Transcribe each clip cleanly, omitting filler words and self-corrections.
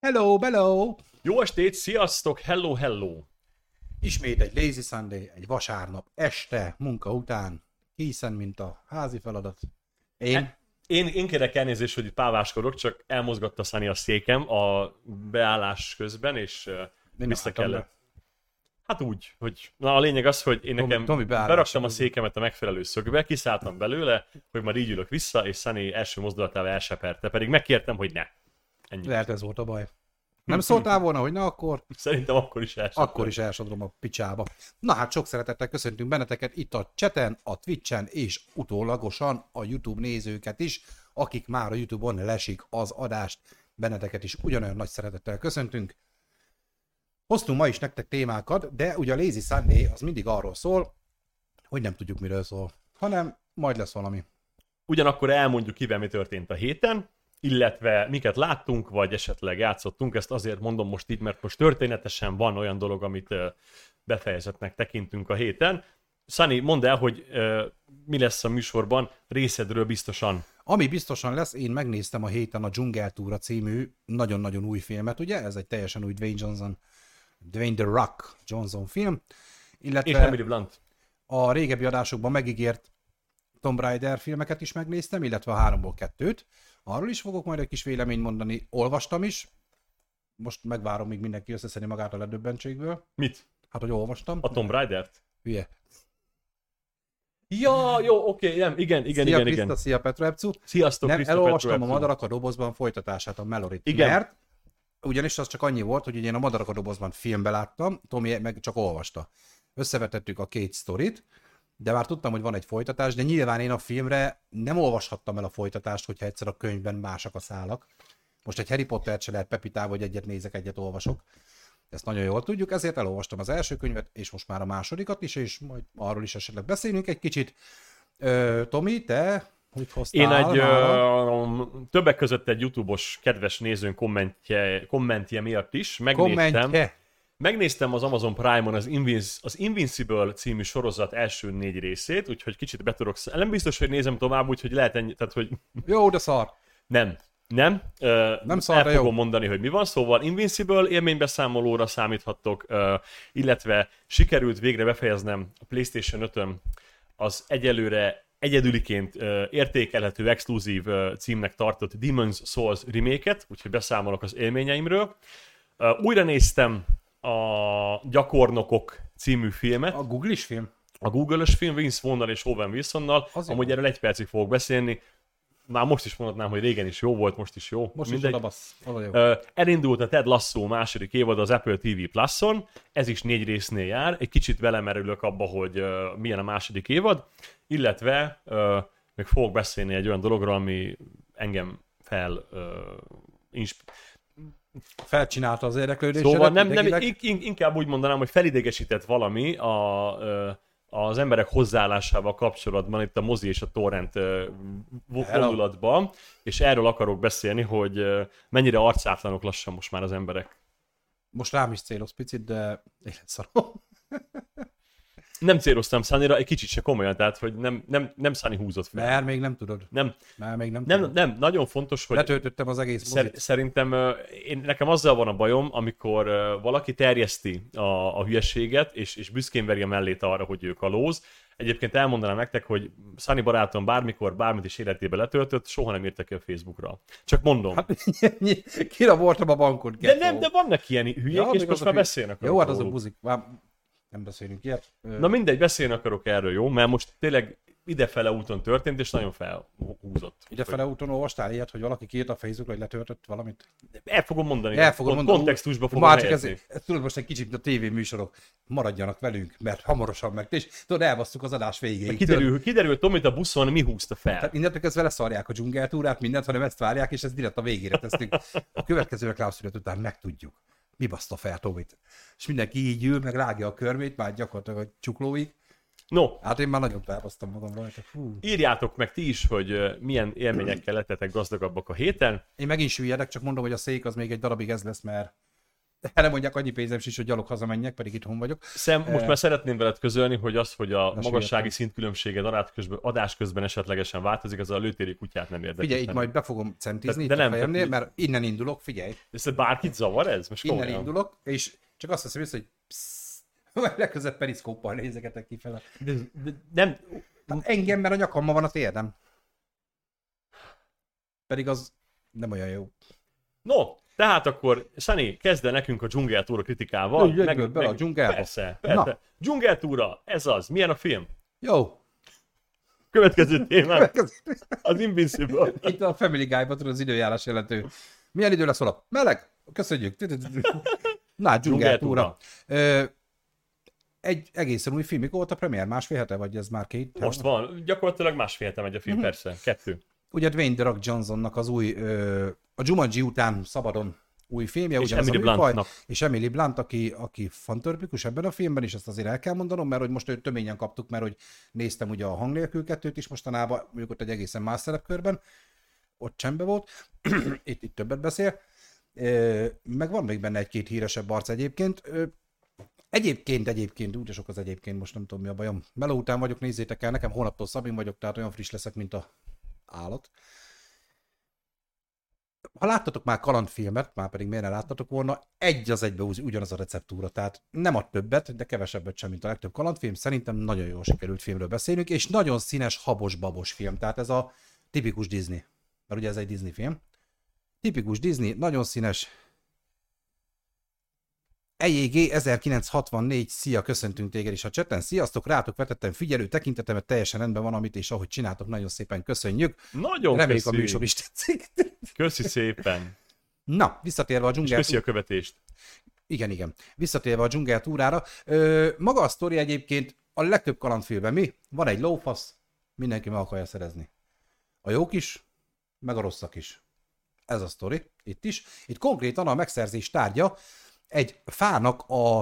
Hello, hello! Jó estét, sziasztok, hello, hello! Ismét egy Lazy Sunday, egy vasárnap este, munka után, készen, mint a házi feladat. Én kérek elnézést, hogy itt páváskodok, csak elmozgatta Sunny a székem a beállás közben, és vissza kellett. Hát úgy, hogy a lényeg az, hogy én nekem beraktam a székemet a megfelelő szögbe, kiszálltam belőle, hogy már így ülök vissza, és Sunny első mozdulatával elseperte, pedig megkértem, hogy ne. Ennyi. Lehet ez volt a baj. Nem szóltál volna, hogy na akkor? Szerintem akkor is elsodrom. Akkor is elsodrom a picsába. Na hát sok szeretettel köszöntünk benneteket itt a chaten, a Twitchen és utólagosan a YouTube nézőket is, akik már a YouTube-on lesik az adást. Benneteket is ugyanolyan nagy szeretettel köszöntünk. Hoztunk ma is nektek témákat, de ugye a Lazy Sunday az mindig arról szól, hogy nem tudjuk miről szól, hanem majd lesz valami. Ugyanakkor elmondjuk kivel mi történt a héten, illetve miket láttunk, vagy esetleg játszottunk. Ezt azért mondom most így, mert most történetesen van olyan dolog, amit befejezettnek tekintünk a héten. Sunny, mondd el, hogy mi lesz a műsorban részedről biztosan. Ami biztosan lesz, én megnéztem a héten a Dzsungeltúra című nagyon-nagyon új filmet, ugye? Ez egy teljesen új Dwayne The Rock Johnson film. Illetve és Emily Blunt. A régebbi adásokban megígért Tomb Raider filmeket is megnéztem, illetve a 3-ból 2-t. Arról is fogok majd egy kis véleményt mondani. Olvastam is. Most megvárom, míg mindenki összeszedi magát a ledöbbentségből. Mit? Hát, hogy olvastam. A Tomb Raidert? Hülye. Ja, jó, oké, nem, igen. Szia Krista, szia Petruepcu. Sziasztok, nem, Krista elolvastam Petruepcu. a Madarak a dobozban folytatását, a Melorit. Igen. Mert ugyanis az csak annyi volt, hogy én a Madarak a dobozban filmbe láttam, Tomi meg csak olvasta. Összevetettük a két sztorit, de már tudtam, hogy van egy folytatás, de nyilván én a filmre nem olvashattam el a folytatást, hogyha egyszer a könyvben másak a szálak. Most egy Harry Pottert se lehet pepitálva, hogy egyet nézek, egyet olvasok. Ezt nagyon jól tudjuk, ezért elolvastam az első könyvet, és most már a másodikat is, és majd arról is esetleg beszélünk egy kicsit. Tomi, te hogy hoztál? Én többek között egy YouTube-os kedves nézőn kommentje miatt is megnéztem az Amazon Prime-on az Invincible című sorozat első 4 részét, úgyhogy kicsit be tudok... Nem biztos, hogy nézem tovább, úgyhogy lehet ennyi... Tehát, hogy... Jó, de szar. Nem szar, el fogom mondani, hogy mi van. Szóval Invincible élménybeszámolóra számíthattok, illetve sikerült végre befejeznem a PlayStation 5-ön az egyelőre egyedüliként értékelhető, exkluzív címnek tartott Demon's Souls remake-et, úgyhogy beszámolok az élményeimről. Újra néztem a Gyakornokok című filmet. A Google-is film? A Google-ös film, Vince Vaughn-nal és Owen Wilsonnal. Amúgy erről 1 percig fogok beszélni. Már most is mondhatnám, hogy régen is jó volt, most is jó. Most mindegy. Is odabasz. Elindult a Ted Lasso második évad az Apple TV Plus-on, ez is 4 résznél jár, egy kicsit belemerülök abba, hogy milyen a második évad, illetve még fogok beszélni egy olyan dologról, ami engem felcsinálta az érdeklődésedet. Szóval inkább úgy mondanám, hogy felidegesített valami az emberek hozzáállásával kapcsolatban itt a mozi és a torrent vonulatban, és erről akarok beszélni, hogy mennyire arcátlanok lassan most már az emberek. Most rám is célozz picit, de életszarom. Nem céloztam Sunnyra, egy kicsit se komolyan, tehát hogy nem Sunny húzott fel. Mert még nem tudod. Nem, nagyon fontos, hogy... Letöltöttem az egész mozit. Szerintem nekem azzal van a bajom, amikor valaki terjeszti a hülyeséget, és büszkén veri a mellét arra, hogy ő kalóz. Egyébként elmondanám nektek, hogy Sunny barátom bármikor, bármit is életébe letöltött, soha nem írta ki a Facebookra. Csak mondom. Hát, kiraboltam a bankot. De vannak ilyen hülyék, és most már beszélnek. Jó, hát az a buzik. Nem beszélünk ilyet. Na mindegy, beszélni akarok erről, jó? Mert most tényleg idefele úton történt, és nagyon felhúzott. Idefele úton olvastál ilyet, hogy valaki kiírt a Facebookra, hogy letöltött valamit? El fogom mondani. Kontextusba fogom helyezni. Tudod, most egy kicsit a tévéműsorok maradjanak velünk, mert hamarosan meg. És tudod, elbasztuk az adás végéig. Kiderült, Tomit a buszon mi húzta fel. Tehát innentől kezdve leszarják a dzsungeltúrát, mindent, hanem ezt várják, és ezt direkt a végére tesztünk. A következő reklámszünet után megtudjuk. Mi baszta fel Tomit? És mindenki így ül, meg rágja a körmét, már gyakorlatilag a csuklóig. No. Hát én már nagyon felbasztam magam rajta. Írjátok meg ti is, hogy milyen élményekkel lettetek gazdagabbak a héten. Én megint süllyedek, csak mondom, hogy a szék az még egy darabig ez lesz, mert Erre mondják, annyi pénzem is, hogy gyalog hazamenjek, pedig itthon vagyok. Most már szeretném veled közölni, hogy az, hogy a magassági szintkülönbséged adás közben esetlegesen változik, az a lőtéri kutyát nem érdekel. Figyelj, itt majd be fogom centizni de nem, a fejemnél, mert innen indulok, figyelj. Ez bárkit zavar ez? Most innen indulok, és csak azt hiszem, hogy legközebb periszkóppal nézegetek kifele. De nem... Engem, mert a nyakamma van a térdem. Pedig az nem olyan jó. No, tehát akkor, Sunny, kezd el nekünk a dzsungeltúra kritikával. Jöjjön bele a dzsungelba. Persze. Dzsungeltúra, ez az. Milyen a film? Jó. Következő témán. Az Invincible. Itt a Family Guy-ban tudod az időjárás jelentő. Milyen idő lesz holnap? Meleg? Köszönjük. Na, dzsungeltúra. Egy egészen új film, mikor volt a premier? Másfél hete, vagy ez már 2? Most van. Gyakorlatilag másfél hete megy a film, persze. 2. Ugye Dwayne The Rock Johnsonnak az új, a Jumanji után szabadon új filmje, és Emily Bluntnak. És Emily Blunt, aki fantörpikus ebben a filmben, és ezt azért el kell mondanom, mert hogy most őt töményen kaptuk, mert hogy néztem ugye a Hang nélkül 2-t is mostanában, mondjuk ott egy egészen más szerepkörben, ott csembe volt, itt többet beszél, meg van még benne egy-két híresebb arc egyébként. Egyébként, úgy sok az egyébként, most nem tudom mi a bajom. Meló után vagyok, nézzétek el, nekem hónaptól Szabin vagyok, tehát olyan friss leszek, mint a állat. Ha láttatok már kalandfilmet, már pedig miért ne láttatok volna, egy az egybe ugyanaz a receptúra, tehát nem ad többet, de kevesebbet sem, mint a legtöbb kalandfilm. Szerintem nagyon jól sikerült filmről beszélünk, és nagyon színes, habos-babos film, tehát ez a tipikus Disney, mert ugye ez egy Disney film. Tipikus Disney, nagyon színes. EJG 1964, szia, köszöntünk téged is a chaten, sziasztok, rátok vetettem figyelő tekintetemet, teljesen rendben van, amit és ahogy csináltok, nagyon szépen köszönjük. Nagyon reméljük köszi. A műsor is tetszik. Köszi szépen. Na, visszatérve a dzsungel... És köszi a követést. Igen. Visszatérve a dzsungeltúrára. Maga a sztori egyébként a legtöbb kalandfilmben mi? Van egy lófasz, mindenki meg akarja szerezni. A jók is, meg a rosszak is. Ez a sztori, itt is. Itt konkrétan a megszerzés tárgya egy fának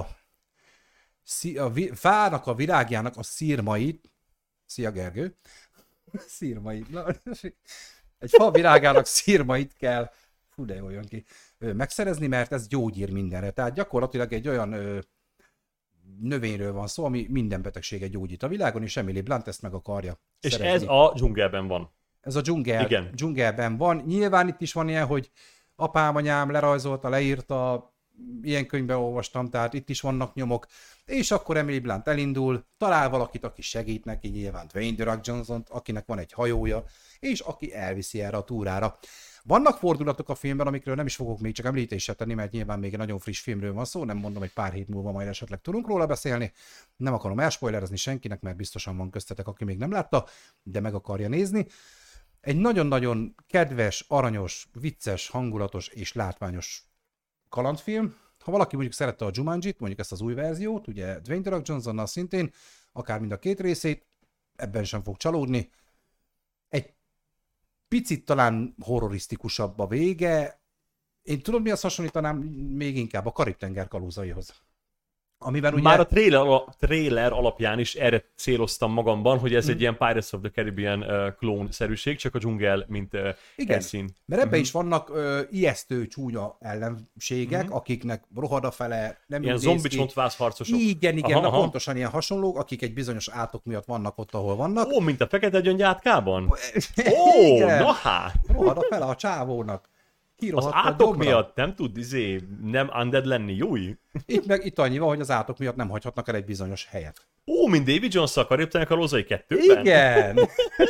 a virágjának a szirmait, szia Gergő, szirmait, egy fa virágának szirmait kell, fú de jól jön ki, megszerezni, mert ez gyógyír mindenre. Tehát gyakorlatilag egy olyan növényről van szó, ami minden betegséget gyógyít a világon, és Emily Blunt ezt meg akarja és szerezni. Ez a dzsungelben van. Ez a dzsungelben van. Nyilván itt is van ilyen, hogy apám, anyám lerajzolta, leírta, ilyen könyvben olvastam, tehát itt is vannak nyomok, és akkor Emily Blunt elindul, talál valakit, aki segít neki, nyilván Dwayne The Rock Johnson, akinek van egy hajója, és aki elviszi erre a túrára. Vannak fordulatok a filmben, amikről nem is fogok még csak említésre tenni, mert nyilván még egy nagyon friss filmről van szó, nem mondom, hogy pár hét múlva majd esetleg tudunk róla beszélni, nem akarom elspoilerezni senkinek, mert biztosan van köztetek, aki még nem látta, de meg akarja nézni. Egy nagyon-nagyon kedves, aranyos, vicces, hangulatos és látványos kalandfilm. Ha valaki mondjuk szerette a Jumanjit, mondjuk ezt az új verziót, ugye Dwayne The Rock Johnsonnal szintén, akár mind a két részét, ebben sem fog csalódni. Egy picit talán horrorisztikusabb a vége. Én tudom, mihez hasonlítanám még inkább a Karib-tenger kalózaihoz. Amiben ugye... Már a trailer alapján is erre céloztam magamban, hogy ez egy ilyen Pirates of the Caribbean klón-szerűség, csak a dzsungel, mint helyszín. Mert ebben is vannak ijesztő, csúnya ellenségek, akiknek rohad a fele, nem ilyen zombi csontvászharcosok. Igen, pontosan ilyen hasonlók, akik egy bizonyos átok miatt vannak ott, ahol vannak. Ó, mint a Fekete Gyöngyátkában? Ó, na hát! Rohad a fele a csávónak. Az átok miatt nem tud nem undead lenni, jó? Itt annyi van, hogy az átok miatt nem hagyhatnak el egy bizonyos helyet. Ó, mint Davy Jones-szal Karib-tenger kalózai 2-ben? Igen!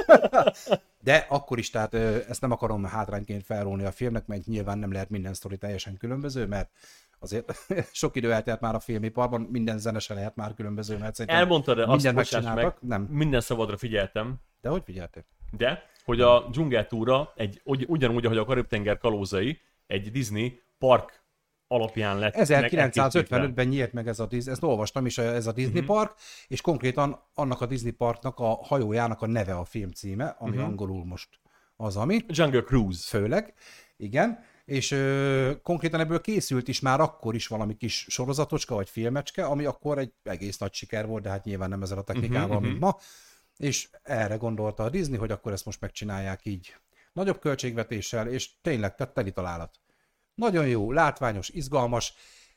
De akkor is, tehát ezt nem akarom hátrányként felrólni a filmnek, mert nyilván nem lehet minden sztori teljesen különböző, mert azért sok idő eltelt már a filmiparban, minden zene se lehet már különböző, mert szerintem elmondtad, de mindent megcsináltak. Nem. Minden szabadra figyeltem. De hogy figyeltél? De, hogy a dzsungeltúra ugyanúgy, ahogy a Karib-tenger kalózai, egy Disney park alapján lett. 1955-ben nyílt meg ez a Disney, ezt olvastam is, ez a Disney park, és konkrétan annak a Disney parknak a hajójának a neve a film címe, ami angolul most az, ami. Jungle Cruise. Főleg, igen. És konkrétan ebből készült is már akkor is valami kis sorozatocska vagy filmecske, ami akkor egy egész nagy siker volt, de hát nyilván nem ezzel a technikával, mint ma. És erre gondolta a Disney, hogy akkor ezt most megcsinálják így nagyobb költségvetéssel, és tényleg tett teli találat. Nagyon jó, látványos, izgalmas,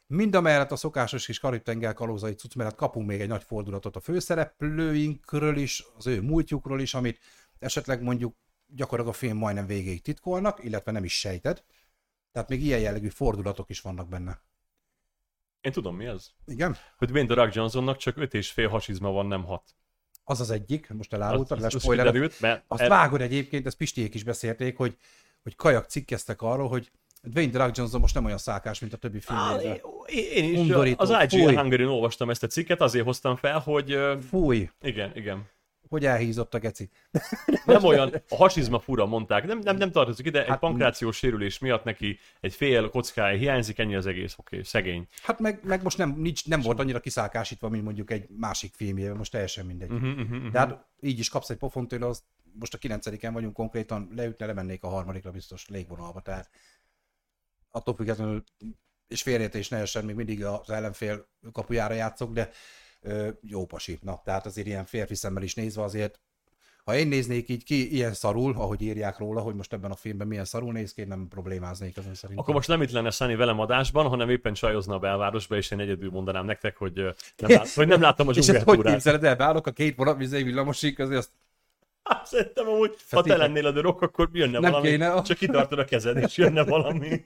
Mind a mellett a szokásos kis Karib-tenger kalózai cucc mellett kapunk még egy nagy fordulatot a főszereplőinkről is, az ő múltjukról is, amit esetleg mondjuk gyakorlatilag a film majdnem végéig titkolnak, illetve nem is sejted. Tehát még ilyen jellegű fordulatok is vannak benne. Én tudom, mi az? Igen? Hogy Dwayne The Rock Johnsonnak csak 5,5 hasizma van, nem 6. Az az egyik, most elárultad, az spoilerült, azt vágod egyébként, ezt Pistiék is beszélték, hogy kajak cikkeztek arról, hogy Dwayne The Rock Johnson most nem olyan szákás, mint a többi filmjében. Én is undorító, az IGN Hungary-n olvastam ezt a cikket, azért hoztam fel, hogy... Fúj! Igen. Hogy elhízott a geci. Nem olyan, a hasizma fura mondták, nem tartozik ide, egy pankrációs sérülés miatt neki egy fél kockája hiányzik, ennyi az egész, oké, szegény. Hát meg most nem volt annyira kiszálkásítva, mint mondjuk egy másik filmjében, most teljesen mindegy. De hát így is kapsz egy pofont tőle, az most a 9-en vagyunk konkrétan, leütne, lemennék a 3. biztos légvonalba, tehát attól függetlenül, és félreértés ne essen, még mindig az ellenfél kapujára játszok, de jó pasi. Na, tehát azért ilyen férfi szemmel is nézve azért, ha én néznék így ki ilyen szarul, ahogy írják róla, hogy most ebben a filmben milyen szarul néz ki, nem problémáznék azon szerintem. Akkor most nem itt lenne Sunny velem adásban, hanem éppen csajozna a belvárosba, és én egyedül mondanám nektek, hogy nem láttam a dzsungeltúrát. És hogy képzeled el, beállok a két vonat villamosig közé, azt... Szerintem amúgy, ha te lennél a The Rock, akkor jönne nem valami, kéne. Csak kitartod a kezed, és jönne valami.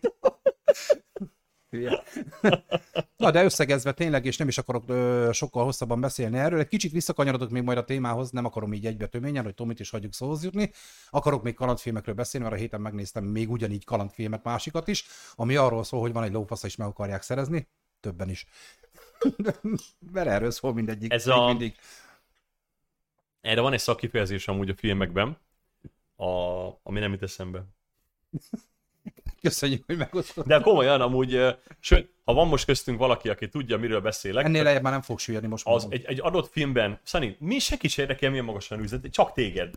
Na, de összegezve tényleg, és nem is akarok sokkal hosszabban beszélni erről, egy kicsit visszakanyarodok még majd a témához, nem akarom így egybe töményen, hogy Tomit is hagyjuk szóhoz jutni. Akarok még kalandfilmekről beszélni, mert a héten megnéztem még ugyanígy kalandfilmet, másikat is, ami arról szól, hogy van egy lófasz, és meg akarják szerezni, többen is. Mert erről szól mindegyik. Mindig. Erre van egy szakkifejezés amúgy a filmekben, ami nem jut eszembe. Köszönjük, hogy megosztod. De komolyan amúgy, sőt, ha van most köztünk valaki, aki tudja, miről beszélek. Ennél lejjebb már nem fog süllyedni most. Az egy adott filmben, Sunny, senki sem érdekel, milyen magasan űzlet, csak téged.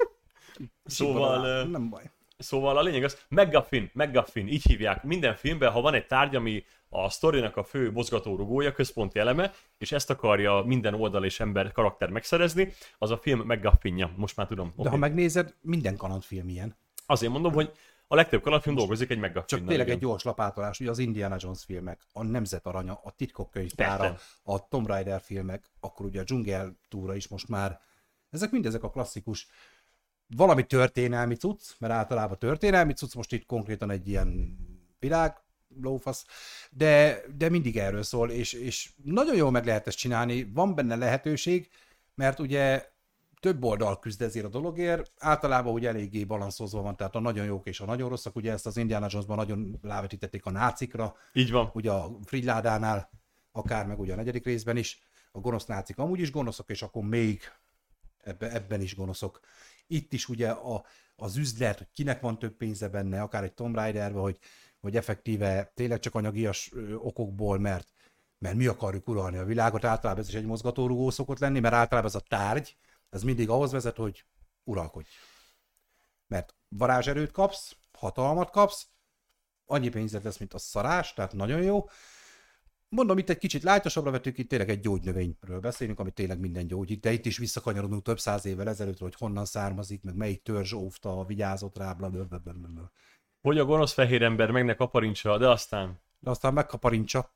Szóval... Nem baj. Szóval a lényeg az, MacGuffin, így hívják. Minden filmben, ha van egy tárgy, ami a sztorinak a fő mozgatórugója, központi eleme, és ezt akarja minden oldal és ember karakter megszerezni, az a film MacGuffinja. Most már tudom. De ha megnézed, minden kalandfilm ilyen. Azért mondom, hogy a legtöbb kalandfilm dolgozik egy MacGuffinnal. Csak tényleg egy gyors lapátolás, ugye az Indiana Jones filmek, a Nemzet Aranya, a Titkok könyvtára, a Tomb Raider filmek, akkor ugye a dzsungeltúra is most már. Ezek a klasszikus valami történelmi cucc, mert általában történelmi cucc, most itt konkrétan egy ilyen világ lófasz, de mindig erről szól, és nagyon jól meg lehet ezt csinálni, van benne lehetőség, mert ugye több oldal küzd ezért a dologért, általában ugye eléggé balanszozva van, tehát a nagyon jók és a nagyon rosszak, ugye ezt az Indiana Jonesban nagyon rávetítették a nácikra. Így van. Ugye a Frigyládánál, akár meg ugye a 4. részben is, a gonosz nácik amúgy is gonoszok, és akkor még ebben is gonoszok. Itt is ugye az üzlet, hogy kinek van több pénze benne, akár egy Tomb Raiderben, hogy effektíve tényleg csak anyagias okokból, mert mi akarjuk uralni a világot, általában ez is egy mozgatórugó szokott lenni, mert általában ez a tárgy, ez mindig ahhoz vezet, hogy uralkodj. Mert varázserőt kapsz, hatalmat kapsz, annyi pénzed lesz, mint a szarás, tehát nagyon jó. Mondom, itt egy kicsit lájtosabbra vettük, itt tényleg egy gyógynövényről beszélünk, ami tényleg minden gyógyít, de itt is visszakanyarodunk több száz évvel ezelőtt, hogy honnan származik, meg melyik törzs óvta, vigyázott rá, blablabla. Hogy a gonosz fehér ember meg ne kaparincsa, de aztán megkaparincsa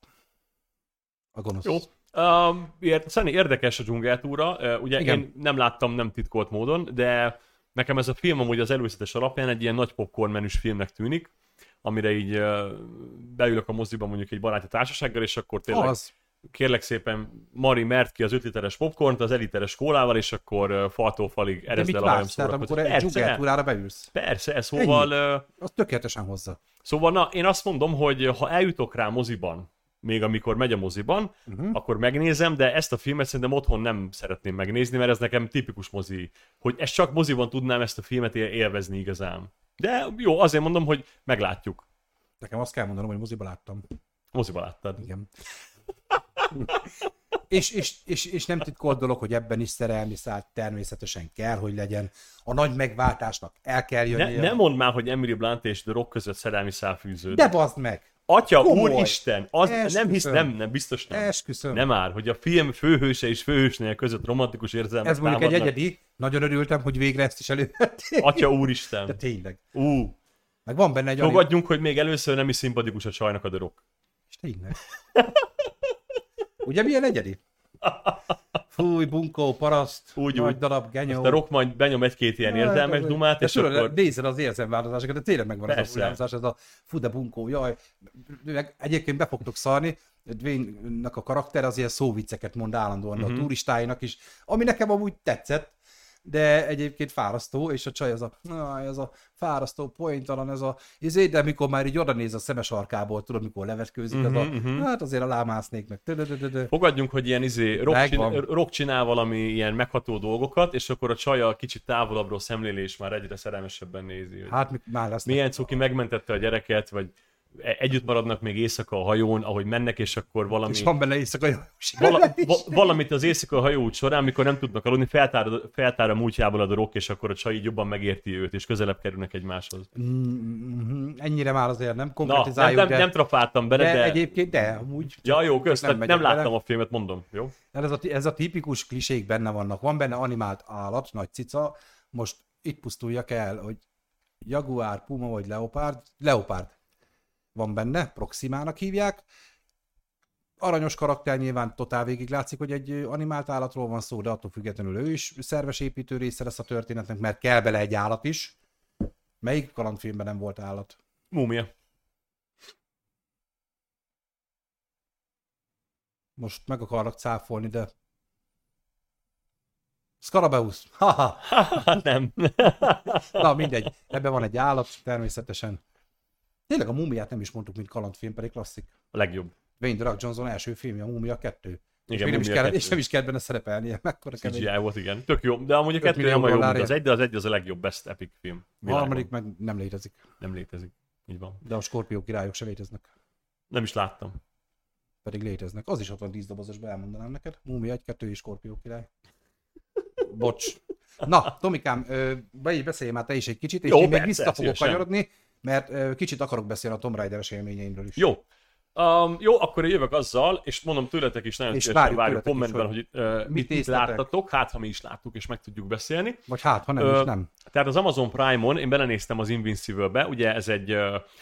a gonosz. Jó. Szerintem érdekes a dzsungeltúra. Ugye igen. Én nem láttam nem titkolt módon, de nekem ez a film amúgy az előzetes alapján egy ilyen nagy popcorn menüs filmnek tűnik, amire így beülök a moziba mondjuk egy baráti társasággal, és akkor tényleg kérlek szépen, Mari, mert ki az 5 literes popcornt az 1 literes kólával, és akkor faltól falig erezd el a hajam szórakozat. Tehát amikor egy dzsungeltúrára beülsz. Persze, szóval... Az tökéletesen hozza. Szóval na, én azt mondom, hogy ha eljutok rá moziban, még amikor megy a moziban, akkor megnézem, de ezt a filmet szerintem otthon nem szeretném megnézni, mert ez nekem tipikus mozi, hogy ezt csak moziban tudnám ezt a filmet élvezni igazán. De jó, azért mondom, hogy meglátjuk. Nekem azt kell mondanom, hogy moziba láttam. Moziba láttad? Igen. és nem titkolt dolog, hogy ebben is szerelmi szállt, természetesen kell, hogy legyen. A nagy megváltásnak el kell jönni. Nem mondd már, hogy Emily Blunt és The Rock között szerelmi szál fűződik. De bazd meg! Atya, úristen! Nem, biztos nem. Esküszöm. Nem áll, hogy a film főhőse és főhősnél között romantikus érzelmek ez mondjuk támadnak. Egy egyedi, nagyon örültem, hogy végre ezt is elővették. Atya, úristen! De tényleg. Meg van benne egy... Fogadjunk, hogy még először nem is szimpatikus a csajnak a The Rock. És Tényleg. Ugye milyen egyedi? Fúj, bunkó, paraszt, nagy darab, genyó. Azt a Rock majd benyom egy-két ilyen érzelmes dumát, és tudod, akkor... nézed az érzemváltozásokat, de tényleg megvan Persze. ez a hullámzás, ez a fú, de bunkó, jaj. Egyébként be fogtok szarni, Dwayne-nak a karakter az ilyen szóvicceket mond állandóan a turistáinak is, ami nekem amúgy tetszett, de egyébként fárasztó, és a csaj ez a fárasztó, poéntalan, de mikor már így oda néz a szemes arkából, tudod, mikor levetkőzik, hát azért alámásznék meg. Fogadjunk, hogy ilyen Rock csinál valami ilyen megható dolgokat, és akkor a csaja kicsit távolabbról szemlélés már egyre szerelmesebben nézi. Hát már lesz. Milyen cuki megmentette a gyereket, vagy együtt maradnak még éjszaka a hajón, ahogy mennek, és akkor valami... És van benne éjszakai valamit az éjszakai hajóút során, amikor nem tudnak aludni, feltár a múltjából a Rock, és akkor a csaj így jobban megérti őt, és közelebb kerülnek egymáshoz. Ennyire már azért nem konkretizáljuk, nem trapáltam bele, de... Egyébként, de amúgy... Ja, jó, nem láttam a filmet, mondom, jó? Ez a tipikus klisék benne vannak. Van benne animált állat, nagy cica, most itt pusztuljak el, hogy jaguár, puma vagy leopárd van benne, Proximának hívják. Aranyos karakter, nyilván totál végig látszik, hogy egy animált állatról van szó, de attól függetlenül ő is szerves építő része lesz a történetnek, mert kell bele egy állat is. Melyik kalandfilmben nem volt állat? Múmia. Most meg akarnak cáfolni, de... Scarabeus. Haha. Nem. Na mindegy, ebben van egy állat, természetesen. Tényleg a Múmiát nem is mondtuk, mint kalandfilm, pedig klasszik. A legjobb. Dwayne The Rock Johnson első filmje, a Múmia 2. Igen, és nem is kellett benne szerepelnie. CGI volt, igen. Tök jó. De amúgy a 2 nem a jobb, mint az 1, de az 1 az a legjobb best epic film. A harmadik meg nem létezik. Nem létezik. Így van. De a Skorpió királyok se léteznek. Nem is láttam. Pedig léteznek. Az is ott van 10 dobozosban, elmondanám neked. Múmia 1-2 és Skorpió király. Bocs. Na, Tomikám, beszélj már te is egy kicsit, és jó, én még vissza fogok kanyarodni, mert kicsit akarok beszélni a Tomb Raider-es élményeimről is. Jó. Jó, akkor én jövök azzal, és mondom tőletek is nagyon szívesen várjuk kommentben, hogy mit láttatok, hát ha mi is láttuk, és meg tudjuk beszélni. Vagy hát, ha nem is nem. Tehát az Amazon Prime-on én belenéztem az Invincible-be, ugye ez egy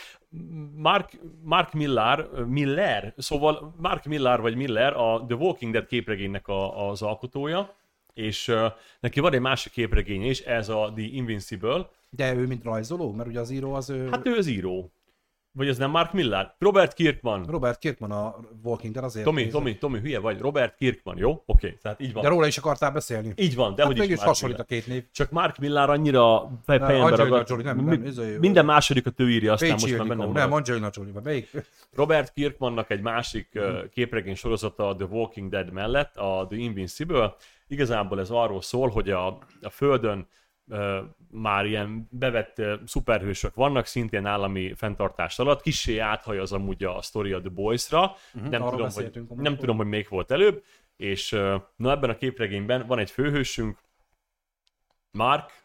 Mark Millar, szóval Mark Millar vagy Miller a The Walking Dead képregénynek az alkotója, és neki van egy másik képregénye is, ez a The Invincible. De ő mint rajzoló? Mert ugye az író az ő... Hát ő az író. Vagy ez nem Mark Millar? Robert Kirkman. Robert Kirkman a Walking Dead azért. Tomi, hülye vagy. Robert Kirkman, jó? Oké, tehát így van. De róla is akartál beszélni. Így van, de hát hogy is hasonlít a két név. Csak Mark Millar annyira fejembe ragadt. Minden másodikat ő írja, aztán most már bennem nem, Angelina Jolie, melyik? Robert Kirkmannak egy másik képregény sorozata a The Walking Dead mellett, a The Invincible. Igazából ez arról szól, hogy a Földön már ilyen bevett szuperhősök vannak, szintén állami fenntartás alatt. Kissé áthaj az amúgy a sztori a The Boys-ra. Nem tudom, hogy még volt előbb. És na ebben a képregényben van egy főhősünk, Mark,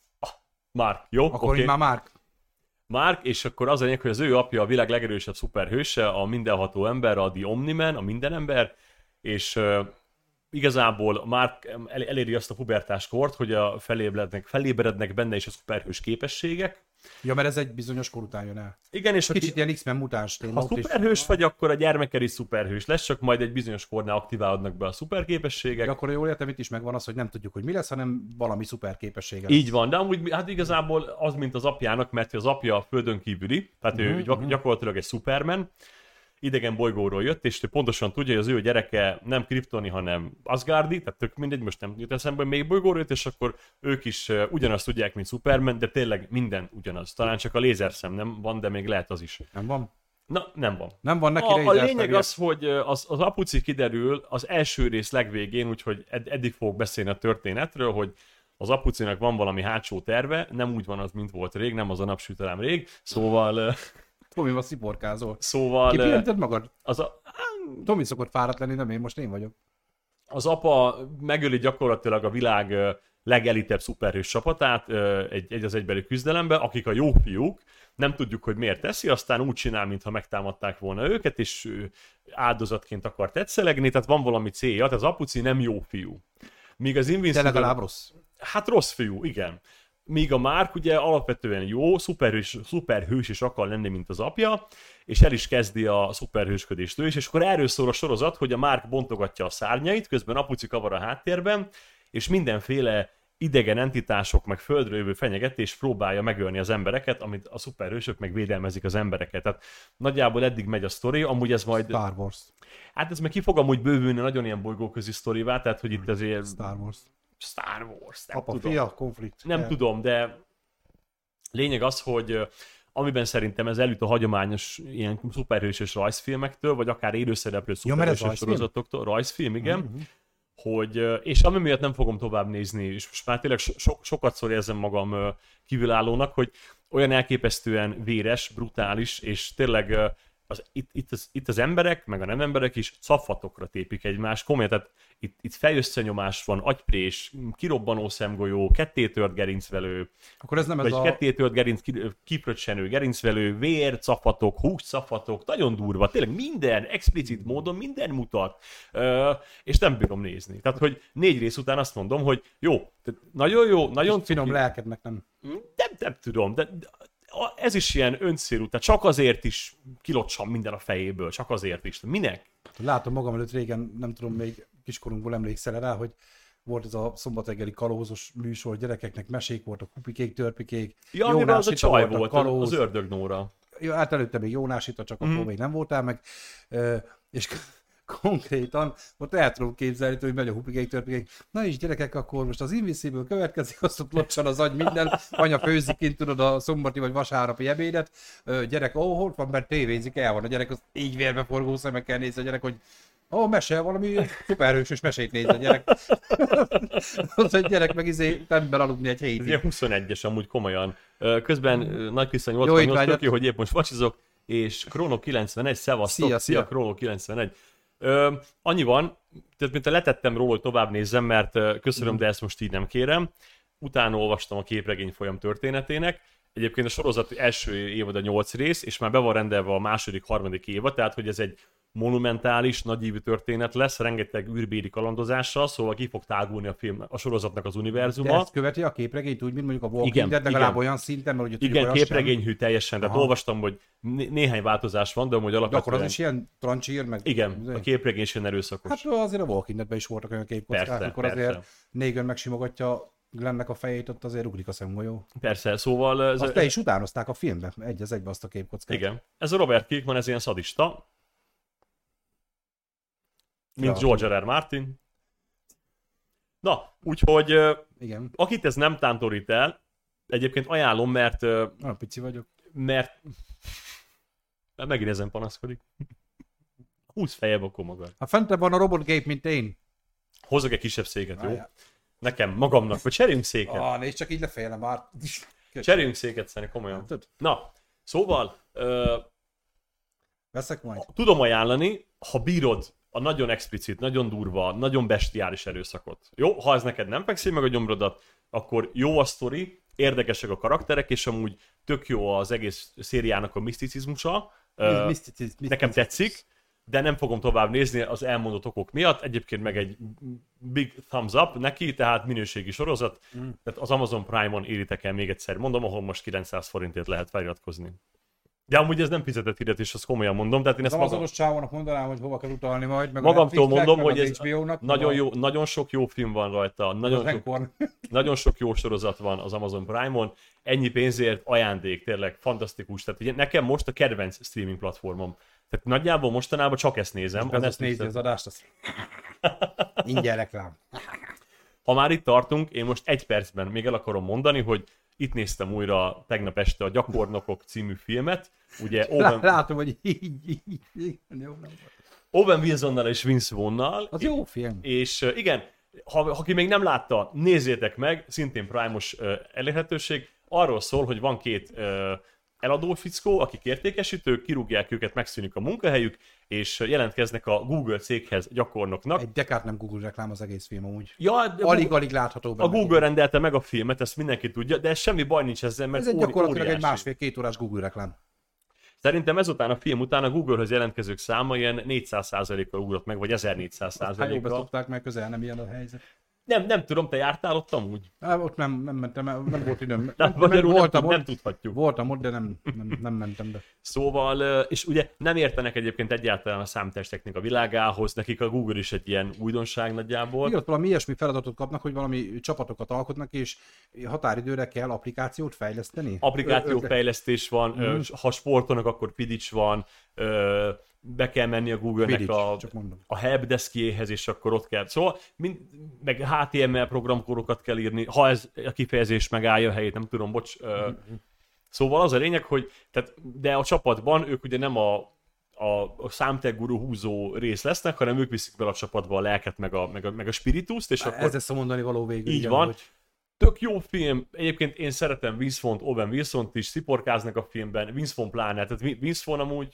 jó? Akkor így már Mark, és akkor az a lényeg, hogy az ő apja a világ legerősebb szuperhőse, a mindenható ember, a The Omni-Man, a mindenember, és igazából Mark eléri azt a pubertáskort, hogy felébrednek benne is a szuperhős képességek. Ja, mert ez egy bizonyos kor után jön el. Igen, és kicsit ilyen X-Men mutáns. Ha szuperhős vagy, akkor a gyermeked is szuperhős lesz, csak majd egy bizonyos kornál aktiválódnak be a szuperképességek. De akkor jól értem, itt is megvan az, hogy nem tudjuk, hogy mi lesz, hanem valami szuperképessége. Így van, de amúgy hát igazából az, mint az apjának, mert az apja a földön kívüli, tehát ő gyakorlatilag egy Superman, idegen bolygóról jött, és ő pontosan tudja, hogy az ő gyereke nem kriptoni, hanem asgardi, tehát tök mindegy, most nem jut eszembe, hogy még bolygóról jött, és akkor ők is ugyanazt tudják, mint Superman, de tényleg minden ugyanaz. Talán csak a lézerszem nem van, de még lehet az is. Nem van? Na, nem van. Nem van neki a lényeg az, hogy az apuci kiderül az első rész legvégén, úgyhogy eddig fogok beszélni a történetről, hogy az apucinak van valami hátsó terve, nem úgy van az, mint volt rég, nem az a napsütelem rég, szóval... Tomi, sziporkázol. Szóval... Kipihented magad? Tomi szokott fáradt lenni, nem én, most én vagyok. Az apa megöli gyakorlatilag a világ legelitebb szuperhős csapatát egy az egybeli küzdelembe, akik a jó fiúk, nem tudjuk, hogy miért teszi, aztán úgy csinál, mintha megtámadták volna őket, és áldozatként akar tetszelegni, tehát van valami célja, tehát az apuci nem jó fiú. Míg az Invincible... De legalább rossz. Hát rossz fiú, igen. míg a Mark ugye alapvetően jó, szuperhős is akar lenni, mint az apja, és el is kezdi a szuperhősködést ő is, és akkor erről szól a sorozat, hogy a Mark bontogatja a szárnyait, közben apuci kavar a háttérben, és mindenféle idegen entitások, meg földről jövő fenyegetés próbálja megölni az embereket, amit a szuperhősök meg védelmezik az embereket. Tehát nagyjából eddig megy a sztori, amúgy ez majd... Star Wars. Hát ez meg ki fog amúgy bővülni nagyon ilyen bolygóközi sztorivá, tehát hogy itt azért... Star Wars. Nem Apa, tudom. fia, konflikt. Nem tudom, de lényeg az, hogy amiben szerintem ez elüt a hagyományos ilyen szuperhősös rajzfilmektől, vagy akár élőszereplő szuperhősös sorozatoktól. Rajzfilm, igen. Hogy, és ami miatt nem fogom tovább nézni, és most már tényleg sokat szor érzem magam kívülállónak, hogy olyan elképesztően véres, brutális, és tényleg itt az emberek, meg a nem emberek is cafatokra tépik egymást, komolyan, tehát itt fejösszenyomás van, agyprés, kirobbanó szemgolyó, kettétört gerincvelő, akkor ez nem vagy kettétört kipröccsenő gerincvelő, vér, cafatok, húscafatok, nagyon durva, tényleg minden, explicit módon minden mutat, és nem bírom nézni. Tehát, hogy 4 rész után azt mondom, hogy jó, nagyon jó, nagyon finom lelkednek nem. Nem tudom, de ez is ilyen öncélú, tehát csak azért is kilocsan minden a fejéből, csak azért is. Minek? Látom magam előtt régen, nem tudom, még kiskorunkból emlékszel rá, hogy volt ez a szombatreggeli kalózos műsor, gyerekeknek mesék voltak, kupikék, törpikék. Ja, amiben az a csaj volt, az ördögnóra. Ja, hát előtte még Jónásita, csak akkor még nem voltál meg. És konkrétan ott el tudom képzelni, hogy megy a hupikék, törpikék. Na és gyerekek, akkor most az Invincible következik, azt ott locsan az agy minden, anya főzik kint, tudod, a szombati vagy vasárnapi ebédet. Gyerek, hol van, mert tévézik, el van a gyerek, az így vérbeforgó szemekkel néz a gyerek, hogy mesel valami szuperhősös mesét néz a gyerek. Az egy gyerek meg temben aludni egy hétig. Ez 21-es amúgy komolyan. Közben Nagy Krisztán 88 ki, hogy épp most vacsizok, és Chrono 91, szevasztok, szia Chrono 91. Annyi van, tehát mint letettem róla, hogy tovább nézzem, mert köszönöm, de ezt most így nem kérem. Utána olvastam a képregény folyam történetének. Egyébként a sorozat első évad a 8 rész, és már be van rendelve a második, harmadik évad, tehát hogy ez egy monumentális, nagyívű történet lesz, rengeteg űrbéli kalandozással, szóval ki fog tágulni a sorozatnak az univerzuma. De ezt követi a képregényt úgy, mint mondjuk a Walking Dead, legalább olyan szinten, mert ugye igen, képregényhű teljesen, tehát olvastam, hogy néhány változás van, de amúgy alapvetően... De akkor az is ilyen trancsír, meg... Igen, a képregény is ilyen erőszakos. Hát azért a Walking Deadben is voltak olyan képkockák, amikor azért Negan megsimogatja Glennnek a fejét, ott azért ugrik a szemgolyó. Persze, szóval... Azt be is utánozták a filmben, egy az egybe azt a képkockát. Igen. Ez a Robert Kirkman, ez ilyen szadista, mint George R. Martin. Na, úgyhogy igen. Akit ez nem tántorít el, egyébként ajánlom, mert... pici vagyok. Mert megint ezen panaszkodik. 20 fejebb akkor magad. Ha fentebb van a robotgép, mint én. Hozzak egy kisebb széket, jó? Nekem, magamnak, vagy cseréljünk széket. Nézd csak így lefejele már. Cseréljünk széket, szerintem komolyan. Na, szóval... Veszek majd. Tudom ajánlani, ha bírod a nagyon explicit, nagyon durva, nagyon bestiális erőszakot. Jó, ha ez neked nem fekszi meg a gyomrodat, akkor jó a sztori, érdekesek a karakterek, és amúgy tök jó az egész szériának a miszticizmusa. Nekem tetszik, de nem fogom tovább nézni az elmondott okok miatt. Egyébként meg egy big thumbs up neki, tehát minőségi sorozat. Tehát az Amazon Prime-on éritek el még egyszer, mondom, ahol most 900 forintért lehet feliratkozni. De amúgy ez nem fizetett hirdetés, azt komolyan mondom. Tehát én ezt Amazonos csávónak mondanám, hogy hova kell utalni majd. Meg magamtól mondom, hogy ez HBO-nak, nagyon sok jó film van rajta, nagyon sok jó sorozat van az Amazon Prime-on. Ennyi pénzért ajándék, tényleg fantasztikus. Tehát ugye nekem most a kedvenc streaming platformom. Tehát nagyjából mostanában csak ezt nézem. Ezt nézi az adást, azt... Ingyen reklám. Ha már itt tartunk, én most 1 percben még el akarom mondani, hogy itt néztem újra tegnap este a Gyakornokok című filmet. Ugye látom, hogy így. Owen Wilsonnal és Vince Vaughn-nal. Az jó film. És igen, ha ki még nem látta, nézzétek meg, szintén Prime-os elérhetőség. Arról szól, hogy van 2 eladó fickó, akik értékesítők, kirúgják őket, megszűnik a munkahelyük, és jelentkeznek a Google céghez gyakornoknak. Egy dekát nem Google reklám az egész film amúgy. Ja, alig látható benne. A Google rendelte meg a filmet, ezt mindenki tudja, de semmi baj nincs ezzel, mert ez egy gyakorlatilag óriási. egy 1,5-2 órás Google reklám. Szerintem ezután a film után a Google-höz jelentkezők száma ilyen 400%-kal ugrott meg, vagy 1400%-kal. Hát jó beszopták, mert közel nem ilyen a helyzet. Nem tudom, te jártál ott amúgy? Ott nem mentem, nem volt időm. Nem tudhatjuk. Voltam ott, de nem mentem be. Szóval, és ugye nem értenek egyébként egyáltalán a számítástechnika világához, nekik a Google is egy ilyen újdonság nagyjából. Igen, valami ilyesmi feladatot kapnak, hogy valami csapatokat alkotnak, és határidőre kell applikációt fejleszteni? Applikációfejlesztés van, ha sportolnak, akkor Quidditch van, be kell menni a Google-nek a helpdeskjéhez, és akkor ott kell. Szóval, meg HTML programkódokat kell írni, ha ez a kifejezés megállja a helyét, nem tudom, bocs. Szóval az a lényeg, hogy de a csapatban ők ugye nem a számtech-guru húzó rész lesznek, hanem ők viszik be a csapatba a lelket, meg a spirituszt, és akkor... Ez lesz a mondani való végül. Így van. Hogy... Tök jó film. Egyébként én szeretem Vince Vaughn-t, Owen Wilsont is, sziporkáznak a filmben, Vince Vaughn pláne. Tehát Vince Vaughn amúgy...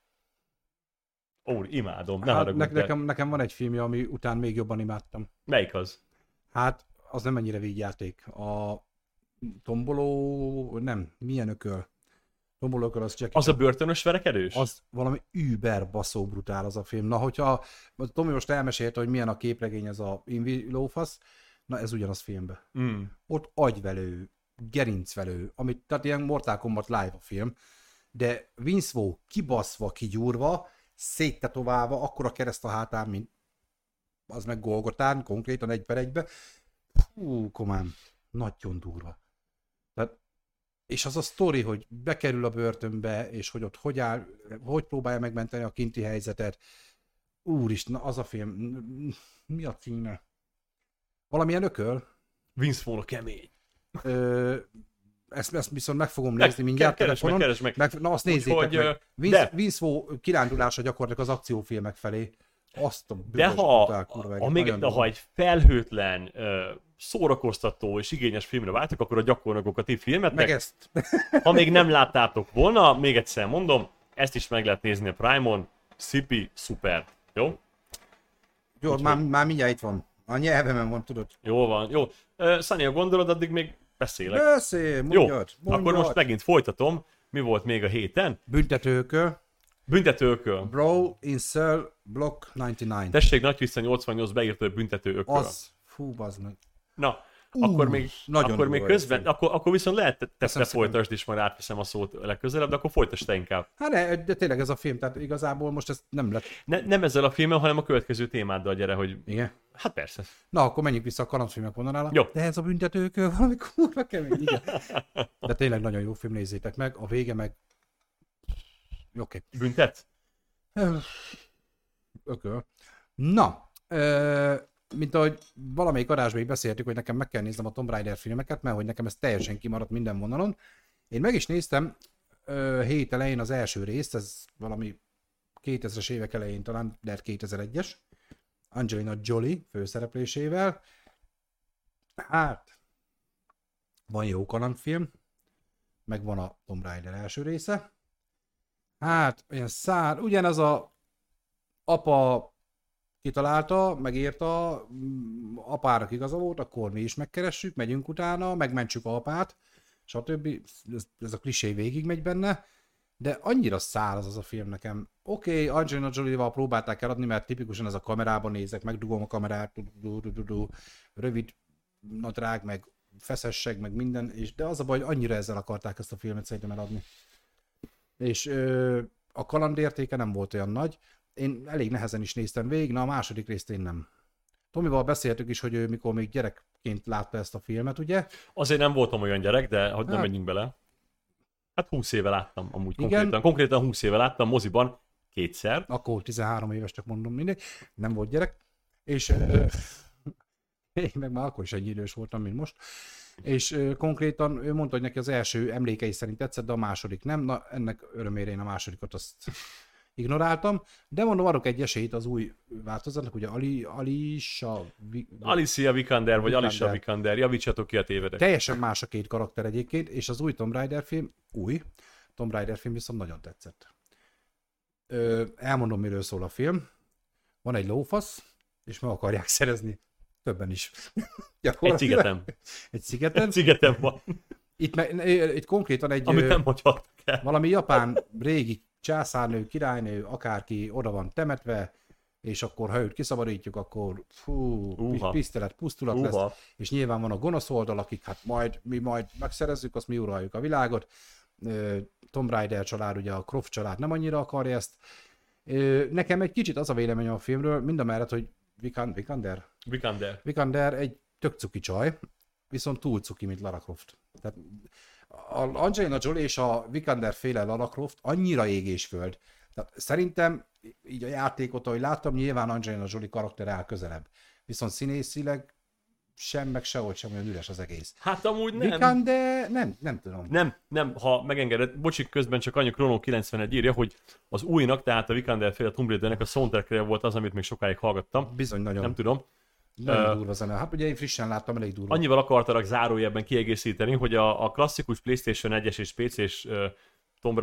imádom. Nekem van egy filmje, ami után még jobban imádtam. Melyik az? Hát, az nem ennyire vígjáték. A Tomboló... Nem, milyen ököl? Tomboló ököl az Jackie. Az a börtönös verekedős? Az valami über baszó brutál az a film. Na, hogyha Tomi most elmesélte, hogy milyen a képregény ez a Invi lófasz, na ez ugyanaz filmben. Ott agyvelő, gerincvelő, tehát ilyen Mortal Kombat live a film, de Vince Vaughn kibaszva, kigyúrva, széttetoválva, akkora kereszt a hátán, mint az meg Golgotán, konkrétan 1/1-be. Komám, nagyon durva. Tehát, és az a sztori, hogy bekerül a börtönbe, és hogy ott hogy próbálja megmenteni a kinti helyzetet. Úristen, az a film, mi a címe? Valamilyen ököl? Vince Vaughn a kemény. Ezt viszont meg fogom nézni mindjárt telefonon. Keresd meg. Na azt nézzétek meg. Vince Vaughn kirándulása gyakorlatilag az akciófilmek felé. Azt a de ha egy felhőtlen, szórakoztató és igényes filmre váltok, akkor a gyakornokokat ti filmet. Meg ezt. Ha még nem láttátok volna, még egyszer mondom, ezt is meg lehet nézni a Prime-on. Szipi, szuper. Jó? Jó, már mindjárt itt van. A nyelvemen van, tudod. Jó van, jó. Szani, ha gondolod, addig még beszélek. Mondjad. Akkor most megint folytatom. Mi volt még a héten? Büntetőököl. Bro in Cell Block 99. Tessék, Nagy Krisztián 88 beírta, hogy büntetőököl. Az, bazd meg. Na, akkor még közben, akkor viszont lehet te folytasd, és majd átveszem a szót legközelebb, de akkor folytasd te inkább. Hát de tényleg ez a film, tehát igazából most ez nem lett. Nem ezzel a filmmel, hanem a következő témáddal gyere, hogy... Igen? Hát persze. Na, akkor menjünk vissza a kalandfilmek vonalára. Jó. De ez a büntetőkő valami kurva kemény, igen. De tényleg nagyon jó film, nézzétek meg, a vége meg... Oké. Büntet? Ököl. Na, mint ahogy valamelyik adásban beszéltük, hogy nekem meg kell néznem a Tomb Raider filmeket, mert hogy nekem ez teljesen kimaradt minden vonalon. Én meg is néztem hét elején az első részt, ez valami 2000-es évek elején talán, de 2001-es. Angelina Jolie főszereplésével. Hát, van jó kalandfilm, meg van a Tomb Raider első része. Hát, olyan ugyanaz a apa kitalálta, megírta, apának igaza volt, akkor mi is megkeressük, megyünk utána, megmentsük a apát, stb. Ez a klisé végig megy benne, de annyira száraz az a film nekem. Oké, Angelina Jolie-val próbálták eladni, mert tipikusan ez a kamerában nézek, megdugom a kamerát, rövid nadrág, meg feszesség, meg minden, de az a baj, hogy annyira ezzel akarták ezt a filmet szerintem eladni. És a kalandértéke nem volt olyan nagy. Én elég nehezen is néztem végig, a második részt én nem. Tomival beszéltük is, hogy ő mikor még gyerekként látta ezt a filmet, ugye? Azért nem voltam olyan gyerek, de hogy nem menjünk bele. Hát 20 éve láttam amúgy konkrétan. Konkrétan 20 éve láttam moziban kétszer. Akkor 13 éves, csak mondom mindegy. Nem volt gyerek. És én meg már akkor is ennyi idős voltam, mint most. És konkrétan ő mondta, hogy neki az első emlékei szerint tetszett, de a második nem. Na, ennek örömére én a másodikat azt ignoráltam. De mondom, adok egy esélyt az új változatnak, ugye Alicia Vikander, vagy Alicia Vikander, javítsatok ki a tévedek. Teljesen más a két karakter egyébként, és az új Tomb Raider film viszont nagyon tetszett. Elmondom, miről szól a film. Van egy lófasz, és meg akarják szerezni többen is. Egy szigeten. Egy szigeten? Egy szigeten van. Itt konkrétan egy... Amit nem mondhattak el. Valami japán régi császárnő, királynő, akárki oda van temetve, és akkor ha őt kiszabadítjuk, akkor pisztelet, pusztulat lesz, és nyilván van a gonosz oldal, akik hát mi majd megszerezzük, azt mi uraljuk a világot. Tomb Raider család, ugye a Croft család nem annyira akarja ezt. Nekem egy kicsit az a véleményem a filmről, mindamellett, hogy Vikander egy tök cuki csaj, viszont túl cuki, mint Lara Croft. Tehát Angelina Jolie és a Vikander féle Lara Croft annyira ég és föld. Tehát szerintem így a játékot, ahogy láttam, nyilván Angelina Jolie karakter áll közelebb. Viszont színészileg sem, meg sehogy sem olyan üres az egész. Hát amúgy nem. Vikander, nem tudom. Nem, ha megengeded, bocsik, közben csak annyi Chrono 91 írja, hogy az újnak, tehát a Vikander féle Tomb Raidernek a soundtrackje volt az, amit még sokáig hallgattam. Bizony, nagyon. Nem tudom. Nagyon durva zene. Hát ugye én frissen láttam, elég durva. Annyival akartalak zárójelben kiegészíteni, hogy a klasszikus PlayStation 1-es és PC-s Tomb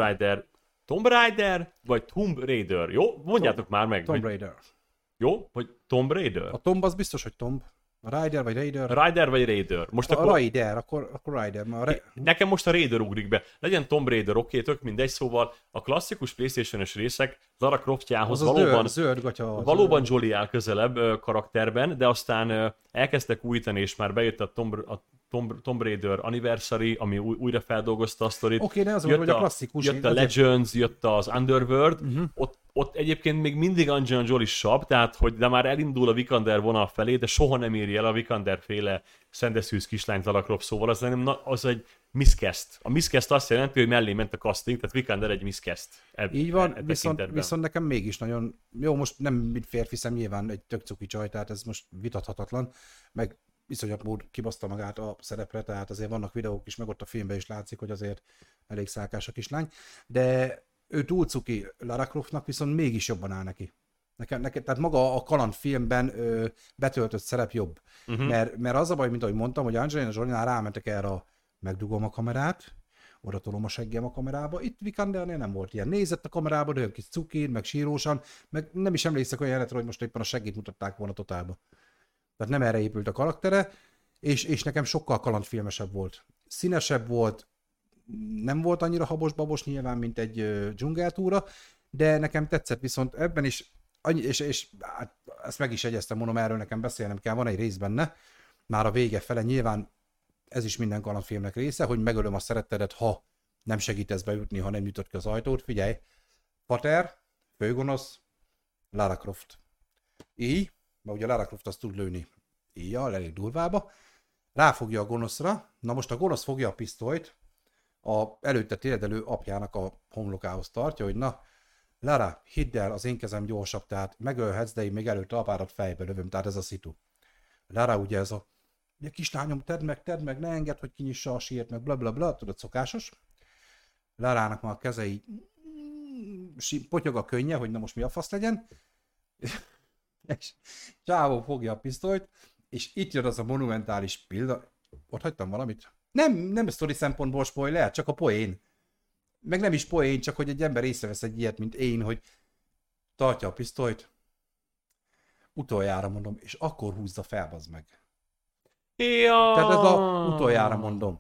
Raider, vagy Tomb Raider, jó? Mondjátok már meg. Tomb Raider. Jó? Vagy Tomb Raider? A Tomb az biztos, hogy Tomb. A Rider vagy Raider? Rider vagy Raider. Most a Raider, akkor Rider. Nekem most a Raider ugrik be. Legyen Tomb Raider, oké, tök mindegy, szóval a klasszikus PlayStation-es részek Lara Croftjához valóban Jolie áll közelebb karakterben, de aztán elkezdtek újítani, és már bejött a Tomb Raider Anniversary, ami újra feldolgozta a sztorit. Oké, de az hogy a klasszikus. Jött a Legends, jött az Underworld, ott egyébként még mindig Angelina Jolie sabb, tehát hogy de már elindul a Vikander vonal felé, de soha nem éri el a Vikander féle szendeszűz kislányt Lara Croft, szóval az egy miscast. A miscast azt jelenti, hogy mellé ment a casting, tehát Vikander egy miscast. Így van, viszont nekem mégis nagyon, jó, most nem mint férfi szem, nyilván egy tök cuki csaj, tehát ez most vitathatatlan, meg iszonyat mód kibaszta magát a szerepre, tehát azért vannak videók is, meg ott a filmben is látszik, hogy azért elég szálkás a kislány, de ő túl cuki Lara Croftnak, viszont mégis jobban áll neki. Nekem, tehát maga a kalandfilmben betöltött szerep jobb. Mert az a baj, mint ahogy mondtam, hogy Angelina Jolie-nál rámentek erre a megdugom a kamerát, oda tolom a seggem a kamerába. Itt Vikandernél nem volt ilyen. Nézett a kamerába, de olyan kis cukin, meg sírósan, meg nem is emlékszek olyan jelenetre, hogy most éppen a seggét mutatták volna totálba. Tehát nem erre épült a karaktere, és nekem sokkal kalandfilmesebb volt. Színesebb volt, nem volt annyira habos-babos nyilván, mint egy dzsungeltúra, de nekem tetszett, viszont ebben is, és hát, ezt meg is jegyeztem, mondom, erről nekem beszélnem kell, van egy rész benne, már a vége fele, nyilván ez is minden kalandfilmnek része, hogy megölöm a szerettedet, ha nem segítesz bejutni, ha nem jutott ki az ajtót, figyelj, pater, főgonosz, Lara Croft. Így, mert ugye Lara Croft azt tud lőni íjjal, elég durvába, ráfogja a gonoszra, na most a gonosz fogja a pisztolyt, a előtte téredelő apjának a homlokához tartja, hogy na, Lara, hidd el, az én kezem gyorsabb, tehát megölhetsz, de én még előtte apádat fejbe lövöm, tehát ez a szitu. Lara ugye ez a, ugye kislányom, tedd meg, ne engedd, hogy kinyissa a sírt, meg blablabla, tudod, szokásos. Larának már a keze így potyog a könnye, hogy na most mi a fasz legyen. És csávó fogja a pisztolyt, és itt jön az a monumentális pillanat. Ott hagytam valamit? Nem sztori szempontból spoiler, csak a poén. Meg nem is poén, csak hogy egy ember észrevesz egy ilyet, mint én, hogy tartja a pisztolyt, utoljára mondom, és akkor húzza fel, bazd meg. Ja. Tehát ez a utoljára mondom.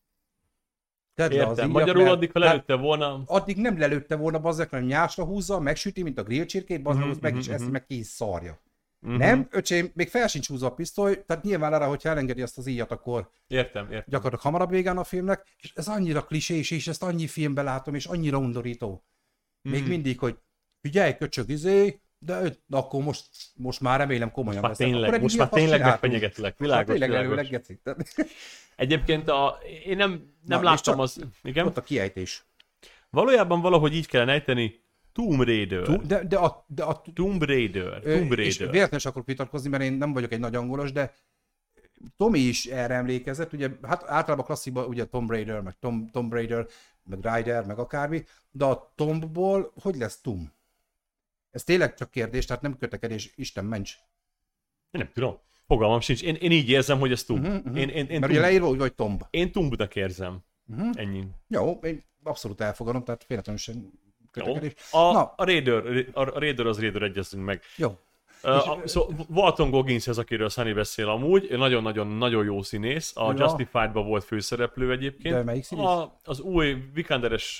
Értem, magyarul addig, ha lelőtte volna... Addig nem lelőtte volna, bazzek, hanem nyásra húzza, megsüti, mint a grillcsirkét, bazzak, meg is eszi, meg ki is szarja. Nem, öcsém, még fel sincs húzva a pisztoly, tehát nyilván arra, hogyha elengedi azt az íjat, akkor értem. Gyakorlatilag hamarabb végán a filmnek, és ez annyira klisés, és ezt annyi filmben látom, és annyira undorító. Még mindig, hogy figyelj, köcsög, de akkor most már remélem komolyan veszem. Most már tényleg megfenyegetlek, világos. Egyébként én nem láttam az... Igen? Ott a kiejtés. Valójában valahogy így kellene ejteni, Tomb Raider. De a Tomb Raider. És véletlenül akarok vitatkozni, mert én nem vagyok egy nagy angolos, de Tomi is erre emlékezett, ugye, hát általában klasszikban ugye Tomb Raider, meg Tomb Raider, meg Rider, meg akármi, de a Tombból hogy lesz Tomb? Ez tényleg csak kérdés, tehát nem kötekedés, Isten ments. Én nem tudom. Fogalmam sincs. Én így érzem, hogy ez Tomb. Mert ugye leírva úgy, vagy Tomb. Én Tombnak érzem. Ennyi. Jó, én abszolút elfogadom, tehát véletlenül sem kötekedés. A Raider az Raider, egyezzünk meg. Jó. Walton Goggins ez, akiről Sunny beszél amúgy, nagyon jó színész, a Justified-ban volt főszereplő egyébként. De melyik színész? Az új Vikanderes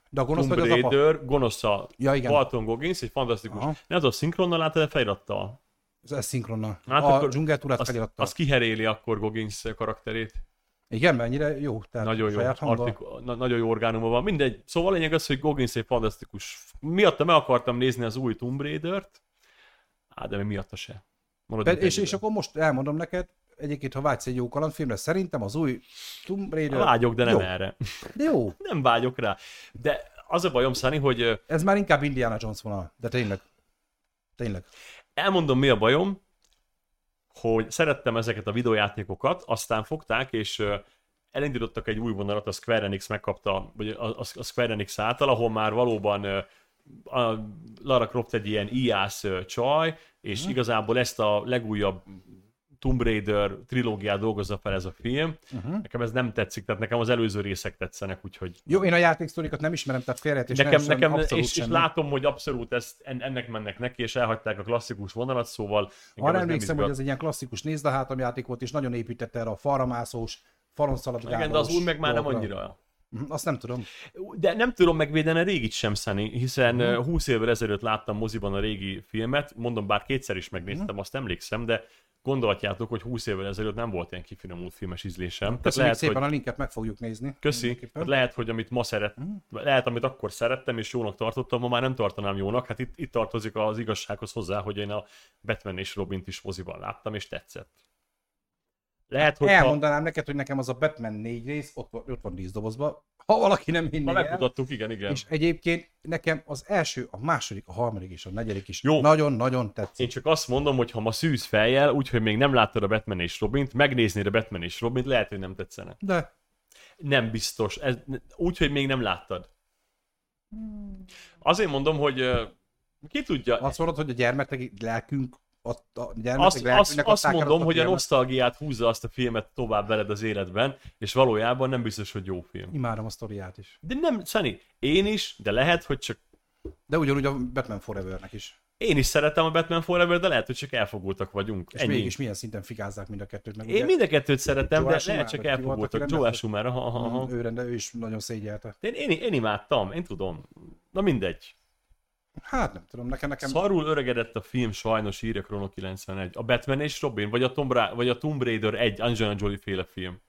De a gonosz Tomb vagy az Raider, gonosz a igen. Walton Goggins, egy fantasztikus. Nem tudom, szinkronnal látod, de felirattal? Ez szinkronnal. Hát a dzsungeltúrát felirattal. Az kiheréli akkor Goggins karakterét. Igen, mennyire jó. Tehát nagyon jó, nagyon jó orgánuma van. Mindegy. Szóval a lényeg az, hogy Goggins egy fantasztikus. Miatta meg akartam nézni az új Tomb Raider-t, de még miatta se. És akkor most elmondom neked, egyébként, ha vágysz egy jó kalandfilmre, szerintem az új Tomb Raider... Vágyok, de nem jó. Erre. De jó. Nem vágyok rá. De az a bajom, Szani, hogy... Ez már inkább Indiana Jones vonal, de tényleg. Tényleg. Elmondom, mi a bajom, hogy szerettem ezeket a videójátékokat, aztán fogták, és elindítottak egy új vonalat, a Square Enix megkapta, vagy a Square Enix által, ahol már valóban a Lara Croft egy ilyen IAS csaj, és igazából ezt a legújabb Tomb Raider trilógiát dolgozza fel ez a film. Nekem ez nem tetszik, tehát nekem az előző részek tetszenek, úgyhogy... Jó, én a játéksztorikat nem ismerem, tehát félreértés nekem és látom, hogy abszolút ennek mennek neki, és elhagyták a klasszikus vonalat, szóval... Arra emlékszem, hogy ez egy ilyen klasszikus nézd a hátam játék volt, és nagyon építette erre a falramászós, falon szaladgálós... Igen, de az új meg már nem annyira. Azt nem tudom. De nem tudom megvédeni a régit sem, Szani, hiszen 20 évvel ezelőtt láttam moziban a régi filmet, mondom, bár kétszer is megnéztem, azt emlékszem, de gondolhatjátok, hogy 20 évvel ezelőtt nem volt ilyen kifinomult filmes ízlésem. Köszönjük szépen, hogy... a linket meg fogjuk nézni. Köszi. Lehet, hogy amit ma lehet, amit akkor szerettem és jónak tartottam, ma már nem tartanám jónak. Hát itt tartozik az igazsághoz hozzá, hogy én a Batman és Robint is moziban láttam, és tetszett. Lehet, hogy elmondanám neked, hogy nekem az a Batman 4 rész ott van díszdobozban. Ha valaki nem hinné el. Megmutattuk, igen. És egyébként nekem az első, a második, a harmadik és a negyedik is nagyon-nagyon tetszik. Én csak azt mondom, hogy ha ma szűz fejjel, úgyhogy még nem láttad a Batman és Robint, megnéznéd a Batman és Robint, lehet, hogy nem tetszene. De. Nem biztos. Úgyhogy még nem láttad. Azért mondom, hogy ki tudja... Azt mondod, hogy a gyermetek lelkünk azt mondom, hogy a nosztalgiát húzza azt a filmet tovább veled az életben, és valójában nem biztos, hogy jó film. Imádom a sztoriát is. De nem, Sunny, én is, de lehet, hogy csak... De ugyanúgy a Batman Forevernek is. Én is szeretem a Batman Forever, de lehet, hogy csak elfogultak vagyunk. És mégis milyen szinten fikázzák mind a kettőt. Meg én mind a kettőt szeretem, de lehet csak elfogultak. Joel Schumer, ő is nagyon szégyelte. Én imádtam, én tudom. Na mindegy. Hát nem tudom, nekem... Szarul öregedett a film, sajnos, írja Chrono 91. A Batman és Robin, vagy a Tomb Raider 1, Angelina Jolie féle film.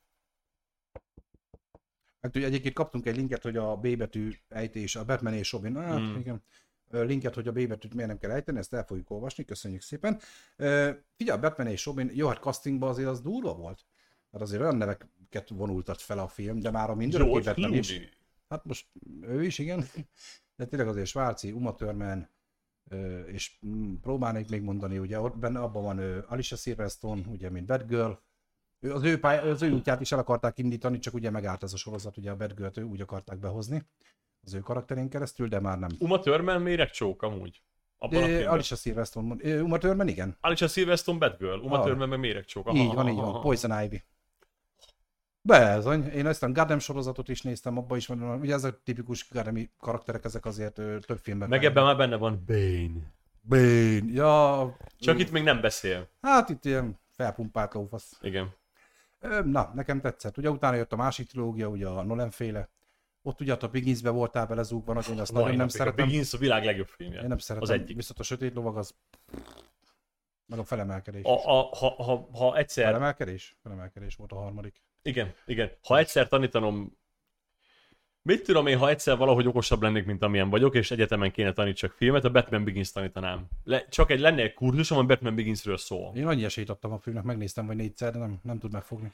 Meg ugye egyébként kaptunk egy linket, hogy a B betű ejtés, a Batman és Robin. Igen. Linket, hogy a B betűt miért nem kell ejteni, ezt el fogjuk olvasni, köszönjük szépen. Figyelj, a Batman és Robin, jó, hát castingban azért az durva volt. Hát azért olyan neveket vonultat fel a film, de már a mindörökké Batman is. Hát most ő is, igen. De tényleg azért Schwarzi, Uma Thurman, és próbálnék még mondani, ugye abban van Alicia Silverstone, ugye, mint Batgirl. Az ő útját is el akarták indítani, csak ugye megállt ez a sorozat, ugye a Batgirl-t úgy akarták behozni az ő karakterén keresztül, de már nem. Uma Thurman méregcsók amúgy. Alicia Silverstone, Uma Thurman igen. Alicia Silverstone Batgirl, Uma Thurman meg méregcsók. Így van, Poison Ivy. Bezony, én ezt a Gotham sorozatot is néztem, abban is van, ugye ez a tipikus Gotham-i karakterek, ezek azért több filmben. Meg ebben már benne van Bane, ja. Csak itt még nem beszél. Hát itt ilyen felpumpált lófasz. Igen. Na, nekem tetszett. Ugye utána jött a másik trilógia, ugye a Nolan féle. Ott ugye a Beginsbe voltál belezúgva, hogy én azt nagyon nem szeretem. A Begins a világ legjobb filmje. Én nem szeretem. Az egyik. Viszont a Sötét Lovag az... Meg a felemelkedés. Ha egyszer... Felemelkedés volt a harmadik. Igen. Ha egyszer tanítanom... Mit tudom én, ha egyszer valahogy okosabb lennék, mint amilyen vagyok, és egyetemen kéne tanítsak filmet, a Batman Begins tanítanám. Lenne egy kurzus, ami Batman Beginsről szól. Én annyi esélyt adtam a filmnek, megnéztem vagy 4-szer, de nem tud megfogni.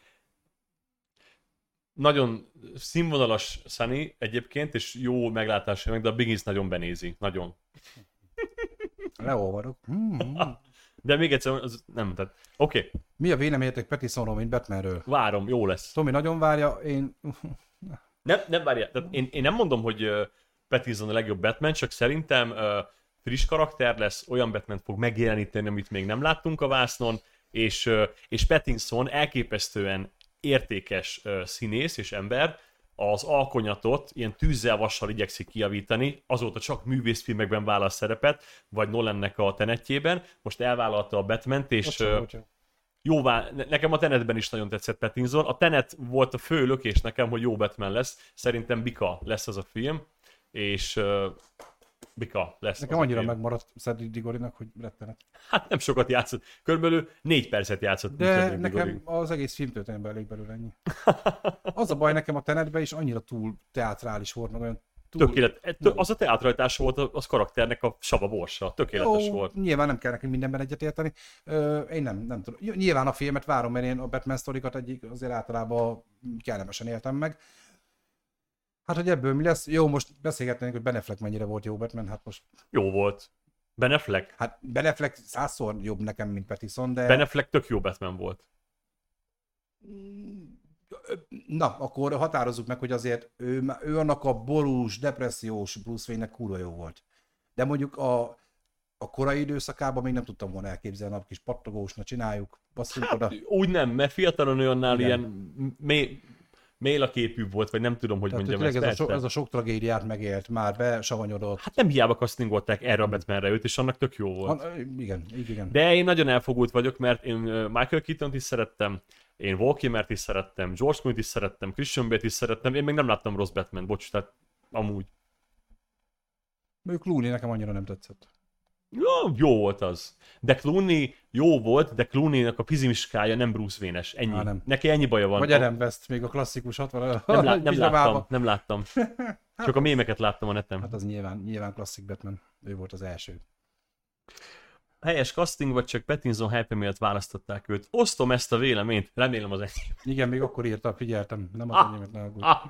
Nagyon színvonalas Sunny egyébként, és jó meglátásra meg, de a Begins nagyon benézi. Nagyon. Leolvadok. De még egyszer, nem, tehát oké. Mi a véleményetek Pattinsonról, mint Batmanről? Várom, jó lesz. Tomi nagyon várja, én... Nem várja. Tehát én nem mondom, hogy Pattinson a legjobb Batman, csak szerintem friss karakter lesz, olyan Batman fog megjeleníteni, amit még nem láttunk a vásznon, és Pattinson elképesztően értékes színész és ember, az alkonyatot ilyen tűzzel, vassal igyekszik kijavítani, azóta csak művészfilmekben vállal szerepet, vagy Nolannek a Tenetjében, most elvállalta a Batmant, és nekem a Tenetben is nagyon tetszett Pattinson. A Tenet volt a fő lökés nekem, hogy jó Batman lesz, szerintem bika lesz az a film, és Bika lesz. Nekem annyira megmaradt Cedric Diggorynak, hogy rettenet. Hát nem sokat játszott, körülbelül 4 percet játszott. De nekem az egész filmtörténetben elég belőle ennyi. Az a baj nekem a Tenetben is annyira túl teátrális volt, meg olyan az a teátralitás volt az karakternek a sava borsa. Tökéletes volt. Nyilván nem kell nekünk mindenben egyetérteni. Én nem tudom. Nyilván a filmet várom, mert én a Batman sztorikat azért általában kellemesen éltem meg. Hát, hogy ebből mi lesz? Jó, most beszélgetnénk, hogy Ben Affleck mennyire volt jó Batman, hát most... Jó volt. Ben Affleck? Hát Ben Affleck 100-szor jobb nekem, mint Pattinson, de... Ben Affleck tök jó Batman volt. Na, akkor határozzuk meg, hogy azért ő annak a borús, depressziós Bruce Wayne-nek kurva jó volt. De mondjuk a korai időszakában még nem tudtam volna elképzelni, a kis pattogósna csináljuk, basszunk hát, oda. Úgy nem, mert fiatalon olyannál ilyen mélaképű volt, vagy nem tudom, hogy tehát, mondjam ezt. Ez a sok tragédiát megélt, már besavanyodott. Hát nem hiába castingolták erre a Batmanre őt, és annak tök jó volt. Igen. De én nagyon elfogult vagyok, mert én Michael Keaton-t is szerettem, én Val Kilmert is szerettem, George Clooney-t is szerettem, Christian Bale-t is szerettem, én még nem láttam rossz Batman, bocs, tehát amúgy. Clooney nekem annyira nem tetszett. Jó volt az. De Clooney jó volt, de Clooney-nak a fizimiskája nem Bruce Wayne-es. Ennyi. Nem. Neki ennyi baja van. Vagy Adam West, még a klasszikus 60. Nem láttam. Csak a mémeket láttam a neten. Hát az nyilván klasszik Batman. Ő volt az első. Helyes casting, vagy csak Pattinson hype miatt választották őt. Osztom ezt a véleményt, remélem az enyém. Igen, még akkor írtam, figyeltem. Nem az enyémet, ne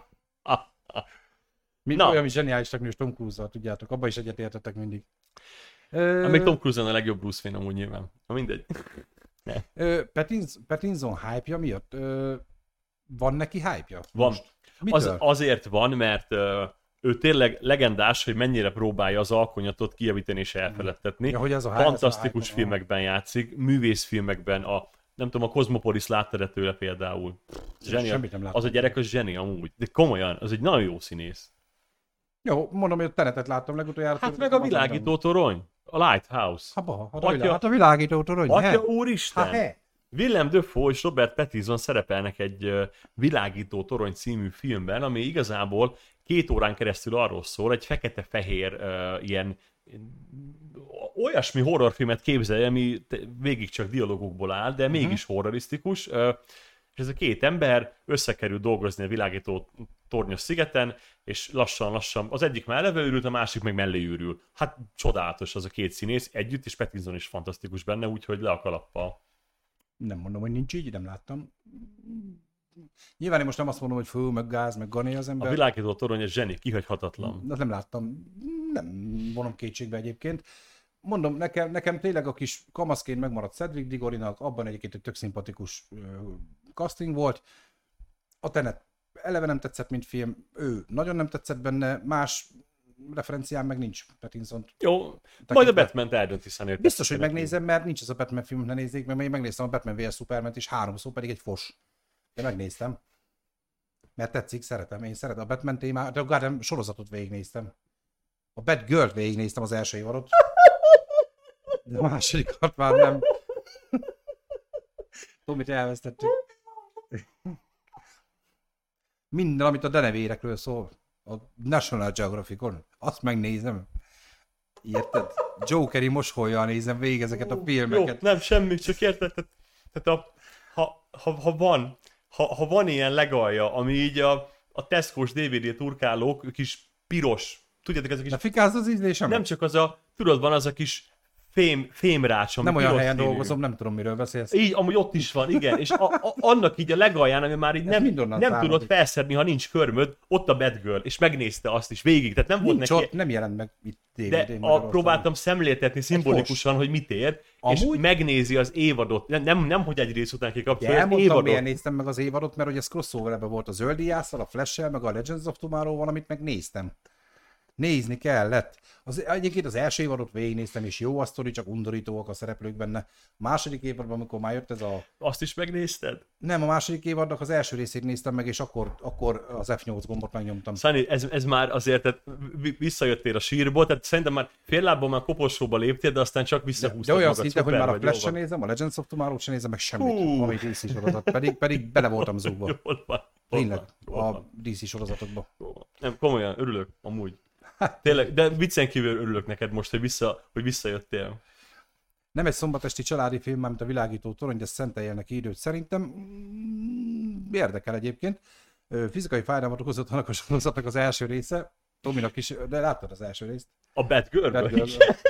aggódj. Olyan zseniálisnak nős Tom Cruise-zal, tudjátok, abban is egyetértettek mindig. Még Tom Cruise-on a legjobb Bruce Wayne amúgy nyilván. Mindegy. Pattinson hype-ja miatt? Van neki hype-ja? Van. Azért van, mert ő tényleg legendás, hogy mennyire próbálja az alkonyatot kijavítani és elfeledtetni. Ja, hogy ez fantasztikus filmekben játszik, művészfilmekben, nem tudom, a Cosmopolis láttad tőle például. Semmit nem láttam. Az a gyerek az zseni amúgy, de komolyan, az egy nagyon jó színész. Jó, mondom, hogy a Tenetet láttam legutoljára. Hát meg a világító torony, a Lighthouse. Hát a világító torony. Atya úristen! Willem Dafoe és Robert Pattinson szerepelnek egy Világító torony című filmben, ami igazából 2 órán keresztül arról szól, egy fekete-fehér ilyen olyasmi horrorfilmet képzelj, ami végig csak dialógokból áll, de mégis horrorisztikus. És ez a 2 ember összekerül dolgozni a Világító tornyos szigeten, és lassan, az egyik már eleve őrült, a másik meg mellé őrül. Hát csodálatos az a 2 színész együtt, és Pattinson is fantasztikus benne, úgyhogy le a kalappal. Nem mondom, hogy nincs így, nem láttam. Nyilván én most nem azt mondom, hogy fő, meg gáz, meg gané az ember. A Világító torony egy zseni, kihagyhatatlan. Nem láttam, nem vonom kétségbe egyébként. Mondom, nekem tényleg a kis kamaszként megmaradt Cedric Diggorynak, abban egyébként egy tök szimpatikus casting volt. A Tenet eleve nem tetszett, mint film, ő nagyon nem tetszett benne, más referenciám meg nincs Pattinson. Jó, majd a Batman-t eldönti szerintem. Biztos, hogy megnézem, mert nincs ez a Batman film, ne nézzék, mert én megnéztem a Batman vs Superman-t, és 3 szó pedig egy fos. De megnéztem. Mert tetszik, szeretem. Én szeretem a Batman témát, de a Gotham sorozatot végignéztem. A Batgirl-t végignéztem az első évadot. De a másodikat már nem. Tomit elvesztettük. Minden, amit a denevérekről szól. A National Geographicon. Azt megnézem. Érted? Jokeri mosollyal nézem végig ezeket a filmeket. Jó, nem semmi, csak érted? Tehát ha van ilyen legalja, ami így a Tesco-s DVD turkálók, kis piros, tudjátok, ez a kis... De fikázz az ízlésem? Nem csak az tudod, van az a kis fémrács, ami nem olyan helyen dolgozom, nem tudom, miről beszélsz. Így, amúgy ott is van, igen. És annak így a legalján, ami már így nem tudod felszedni, ha nincs körmöd, ott a Batgirl, és megnézte azt is végig. Tehát nem nincs volt neki... ott, nem jelent meg itt DVD-n. De próbáltam szemléltetni szimbolikusan, hogy mit ér, amúgy? És megnézi az évadot. Nem hogy egy rész után kikapcsolja, az évadot. Miért néztem meg az évadot, mert hogy ez crossoverben volt a Zöldiásszal, a Flash-sel, meg a Legends of Tomorrow-val, amit megnéztem. Nézni kellett. Egyébként az első évadot végignéztem, és jó a sztori, csak undorítóak a szereplők benne. A második évadban, amikor már jött ez a... Azt is megnézted? Nem, a második évadnak az első részét néztem meg, és akkor az F8 gombot megnyomtam. Szani, ez már azért, tehát visszajöttél a sírból, tehát szerintem már fél lábban már koposóba léptél, de aztán csak visszahúztad de olyan szinte, hogy már a Flash-se nézem, a Legends of Tomorrow-t sem nézem meg semmit, amit DC sorozat. Pedig bele voltam zúgva. Tényleg, a DC sorozatokba. Nem, komolyan, örülök, amúgy. Tényleg, de viccen kívül örülök neked most, hogy visszajöttél. Nem egy szombatesti családi film, mint a Világító torony, de szenteljenek időt. Szerintem érdekel egyébként. Fizikai fájdalmat okozott annak a sorozatnak az első része. Tominak is, de láttad az első részt? A Batgirl-ből?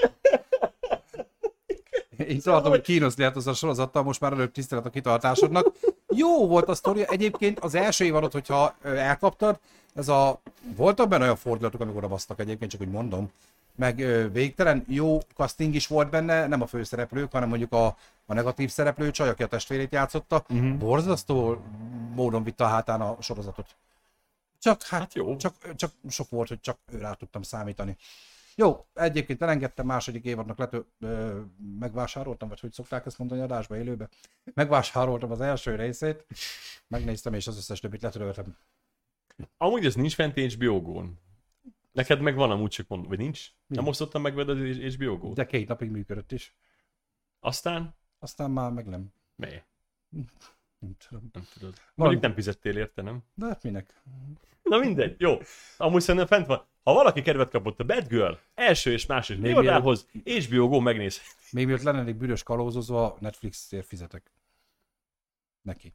Én tartom, hogy kínozni lehet az a sorozattal, most már előbb tisztelet a kitartásodnak. Jó volt a sztoria. Egyébként az első évadot, hogyha elkaptad, voltak benne olyan fordulatok, amikor basztak egyébként, csak úgy mondom. Meg végtelen jó casting is volt benne, nem a főszereplők, hanem mondjuk a negatív szereplő csaj, aki a testvérét játszotta. Borzasztó módon vitte a hátán a sorozatot. Hát jó. Csak sok volt, hogy csak rá tudtam számítani. Jó, egyébként elengedtem, második évadnak megvásároltam, vagy hogy szokták ezt mondani adásba, élőbe. Megvásároltam az első részét, megnéztem, és az összes többit letöröltem. Amúgy ez nincs fent HBO-gón. Neked meg van amúgy, csak mondom, vagy nincs? Mi? Nem osztottam meg veled az HBO-gót? De 2 napig működött is. Aztán? Aztán már meg nem. Miért? Nem tudom. Nem tudod. Mondjuk nem fizettél érte, nem? De hát minek? Na mindegy, jó. Amúgy szerintem fent van. Ha valaki kedvet kapott a Batgirl első és második évadához, HBO Go megnéz. Még miatt lennék büdös kalózozva, Netflixért fizetek. Neki.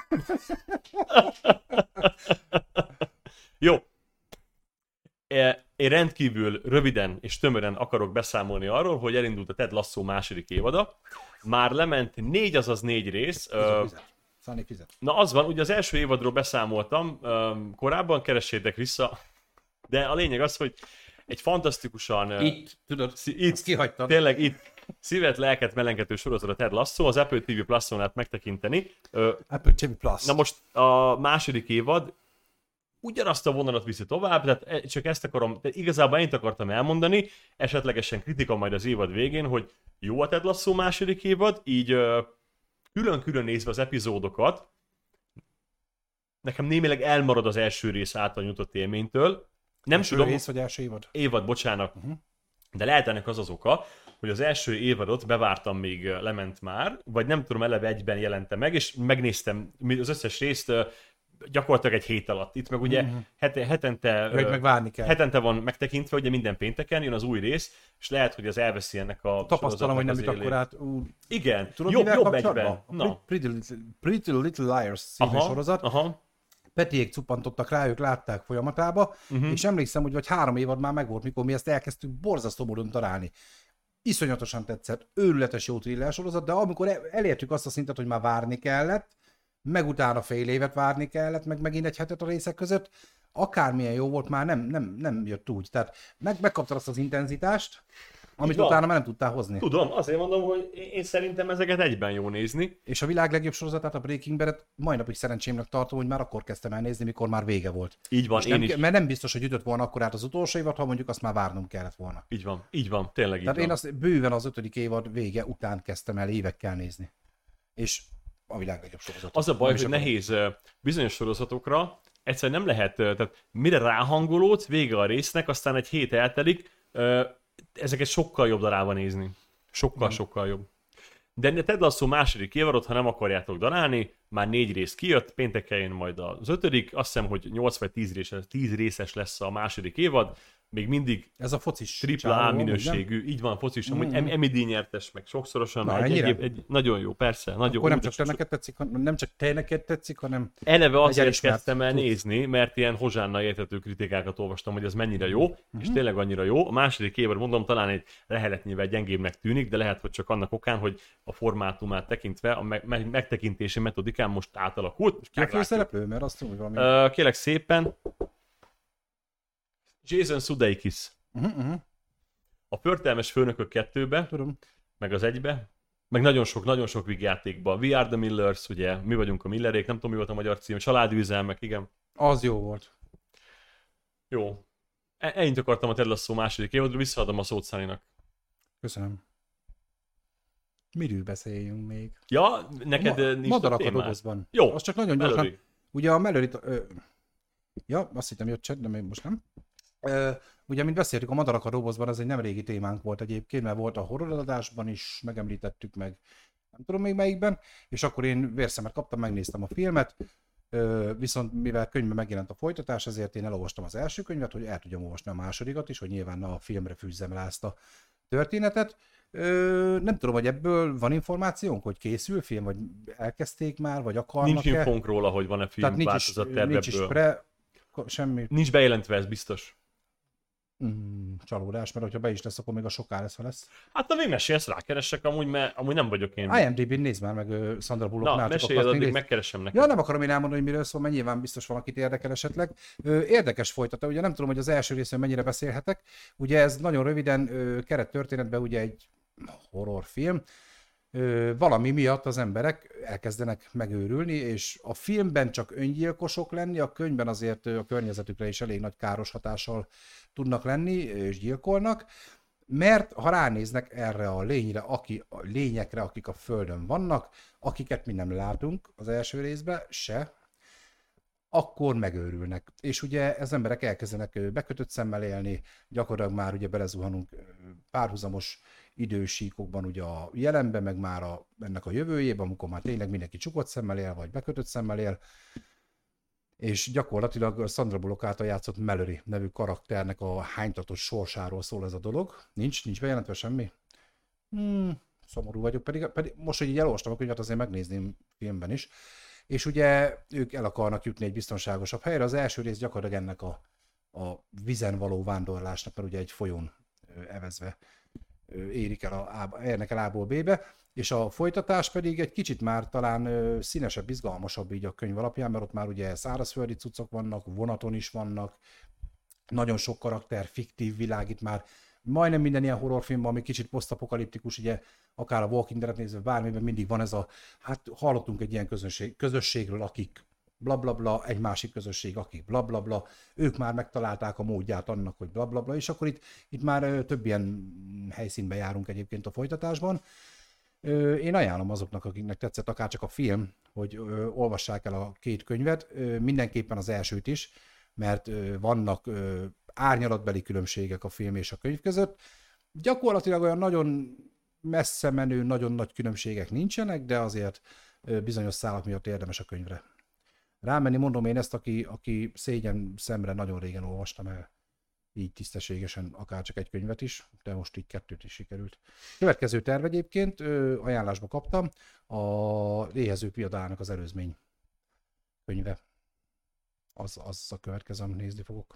Jó. Én rendkívül röviden és tömören akarok beszámolni arról, hogy elindult a Ted Lasso második évada. Már lement 4 rész. Fizet. Na az van, ugye az első évadról beszámoltam, korábban keressétek vissza, de a lényeg az, hogy egy fantasztikusan... Itt, tudod, itt kihagytad. Tényleg itt szívet, lelket melengető sorozat a Ted Lasso, az Apple TV Plus-on lehet megtekinteni. Apple TV Plus. Na most a második évad ugyanazt a vonalat viszi tovább, tehát csak ezt akarom, de igazából én akartam elmondani, esetlegesen kritika majd az évad végén, hogy jó a Ted Lasso második évad, így külön-külön nézve az epizódokat, nekem némileg elmarad az első rész által nyújtott élménytől. Nem első tudom, rész vagy első évad? Évad, bocsánat. De lehet ennek az oka, hogy az első évadot bevártam, még lement már, vagy nem tudom, eleve egyben jelente meg, és megnéztem az összes részt gyakorlatilag egy hét alatt. Itt meg ugye hetente van megtekintve, ugye minden pénteken jön az új rész, és lehet, hogy az elveszi ennek a tapasztalom, hogy nem jut akkor át. Igen, tudod, jobb egyben. Pretty Little Liars című sorozat. Aha. Petiék cuppantottak rá, ők látták folyamatába, és emlékszem, hogy vagy 3 évad már megvolt, mikor mi ezt elkezdtük borzasztó módon találni. Iszonyatosan tetszett, őrületes jó thriller sorozat, de amikor elértük azt a szintet, hogy már várni kellett, meg utána fél évet várni kellett, meg megint egy hetet a részek között, akármilyen jó volt, már nem jött úgy. Tehát megkaptad azt az intenzitást, amit utána már nem tudtál hozni. Tudom, azért mondom, hogy én szerintem ezeket egyben jó nézni. És a világ legjobb sorozatát, a Breaking Bad-et mai napig szerencsémnek tartom, hogy már akkor kezdtem el nézni, mikor már vége volt. Így van, is. Mert nem biztos, hogy ütött volna akkor át az utolsó évad, ha mondjuk azt már várnom kellett volna. Így van, tényleg így van. Tehát én azt bőven az 5. évad vége után kezdtem el évekkel nézni. És a világ legjobb sorozat. Az a baj, hogy nehéz bizonyos sorozatokra, egyszerűen nem lehet, tehát mire ráhangolódsz, vége a résznek, aztán egy hét eltelik, ezeket sokkal jobb darálva nézni. Sokkal jobb. De Ted Lasso második évadot, ha nem akarjátok darálni, már 4 rész kijött, pénteken jön majd az 5. Azt hiszem, hogy 8 vagy 10 részes lesz a második évad. Még mindig ez a focis tripla A minőségű, így van, focis, amúgy Emmy díj nyertes, meg sokszorosan, egy nagyon jó, persze. Nagyon akkor nem csak te neked tetszik, hanem eleve azért kezdtem el nézni, mert ilyen hozsánnal érthető kritikákat olvastam, hogy ez mennyire jó, és tényleg annyira jó. A második évad, mondom, talán egy leheletnyivel gyengébbnek tűnik, de lehet, hogy csak annak okán, hogy a formátumát tekintve, a megtekintési metodikán most átalakult. Ki a főszereplő? Mert azt tudom, hogy valami... Kérlek szépen, Jason Sudeikis. A Pörtelmes Főnökök 2-be, meg az 1-be, meg nagyon sok vígjátékban. We Are The Millers, ugye, mi vagyunk a Millerék, nem tudom, mi volt a magyar cím, Családi Üzelmek, igen. Az jó volt. Jó. Ennyit akartam a Ted Lasso második évadról, visszaadom a szót Száninak. Köszönöm. Miről beszéljünk még? Ja, neked nincs Madarak a dobozban. Jó. Az csak nagyon gyorsan. Ugye a Mallory-t... Ja, azt hittem jött chat, de még most nem. Ugye, mint beszéltük, a Madarak a dobozban, ez egy nem régi témánk volt egyébként, mert volt a horroradásban is, megemlítettük meg, nem tudom még melyikben, és akkor én vérszemet kaptam, megnéztem a filmet. Viszont mivel könyvben megjelent a folytatás, ezért én elolvastam az első könyvet, hogy el tudjam olvasni a másodikat is, hogy nyilván a filmre fűzzem rá ezt a történetet. Nem tudom, hogy ebből van információnk, hogy készül film, vagy elkezdték már, vagy akarnak-e? Nincs infónk róla, hogy van-e film változat tervebből. Semmi. Nincs bejelentve, ez biztos. Csalódás, mert hogyha be is lesz, akkor még a soká lesz, ha lesz. Hát na még mesélsz, rákeresek amúgy, mert amúgy nem vagyok én. IMDb-n nézd már meg Sandra Bullocknál. Na, mesélj, addig megkeresem neked. Ja, nem akarom én elmondani, hogy miről szól, mert nyilván biztos van, akit érdekel esetleg. Érdekes folytató, ugye nem tudom, hogy az első részben mennyire beszélhetek. Ugye ez nagyon röviden kerettörténetben ugye egy horrorfilm. Valami miatt az emberek elkezdenek megőrülni, és a filmben csak öngyilkosok lenni, a könyvben azért a környezetükre is elég nagy káros hatással tudnak lenni, és gyilkolnak, mert ha ránéznek erre a lényekre, akik a Földön vannak, akiket mi nem látunk az első részben se, akkor megőrülnek. És ugye az emberek elkezdenek bekötött szemmel élni, gyakorlatilag már ugye belezuhanunk párhuzamos idősíkokban ugye a jelenben, meg már ennek a jövőjében, amikor már tényleg mindenki csukott szemmel él, vagy bekötött szemmel él, és gyakorlatilag Sandra Bullock által játszott Mallory nevű karakternek a hánytatott sorsáról szól ez a dolog. Nincs bejelentve semmi? Szomorú vagyok, pedig most, hogy így elolvastam a könyvet, azért megnézném filmben is. És ugye ők el akarnak jutni egy biztonságosabb helyre. Az első rész gyakorlatilag ennek a vízen való vándorlásnak, mert ugye egy folyón evezve érnek el A-ból B-be, és a folytatás pedig egy kicsit már talán színesebb, izgalmasabb így a könyv alapján, mert ott már ugye szárazföldi cuccok vannak, vonaton is vannak, nagyon sok karakter, fiktív világ, itt már majdnem minden ilyen horrorfilmben, ami kicsit posztapokaliptikus, ugye akár a Walking Dead-et nézve, bármiben mindig van ez hát hallottunk egy ilyen közösségről, akik blablabla, egy másik közösség, akik blablabla, ők már megtalálták a módját annak, hogy blablabla, és akkor itt már több ilyen helyszínben járunk egyébként a folytatásban. Én ajánlom azoknak, akiknek tetszett akár csak a film, hogy olvassák el a két könyvet, mindenképpen az elsőt is, mert vannak árnyalatbeli különbségek a film és a könyv között. Gyakorlatilag olyan nagyon messze menő, nagyon nagy különbségek nincsenek, de azért bizonyos szálak miatt érdemes a könyvre rámenni. Mondom én ezt, aki szégyen szemre nagyon régen olvastam el, így tisztességesen akár csak egy könyvet is, de most így 2 is sikerült. Következő terv egyébként, ajánlásba kaptam, a Éhezők viadának az előzmény könyve. Az a következő, amit nézni fogok.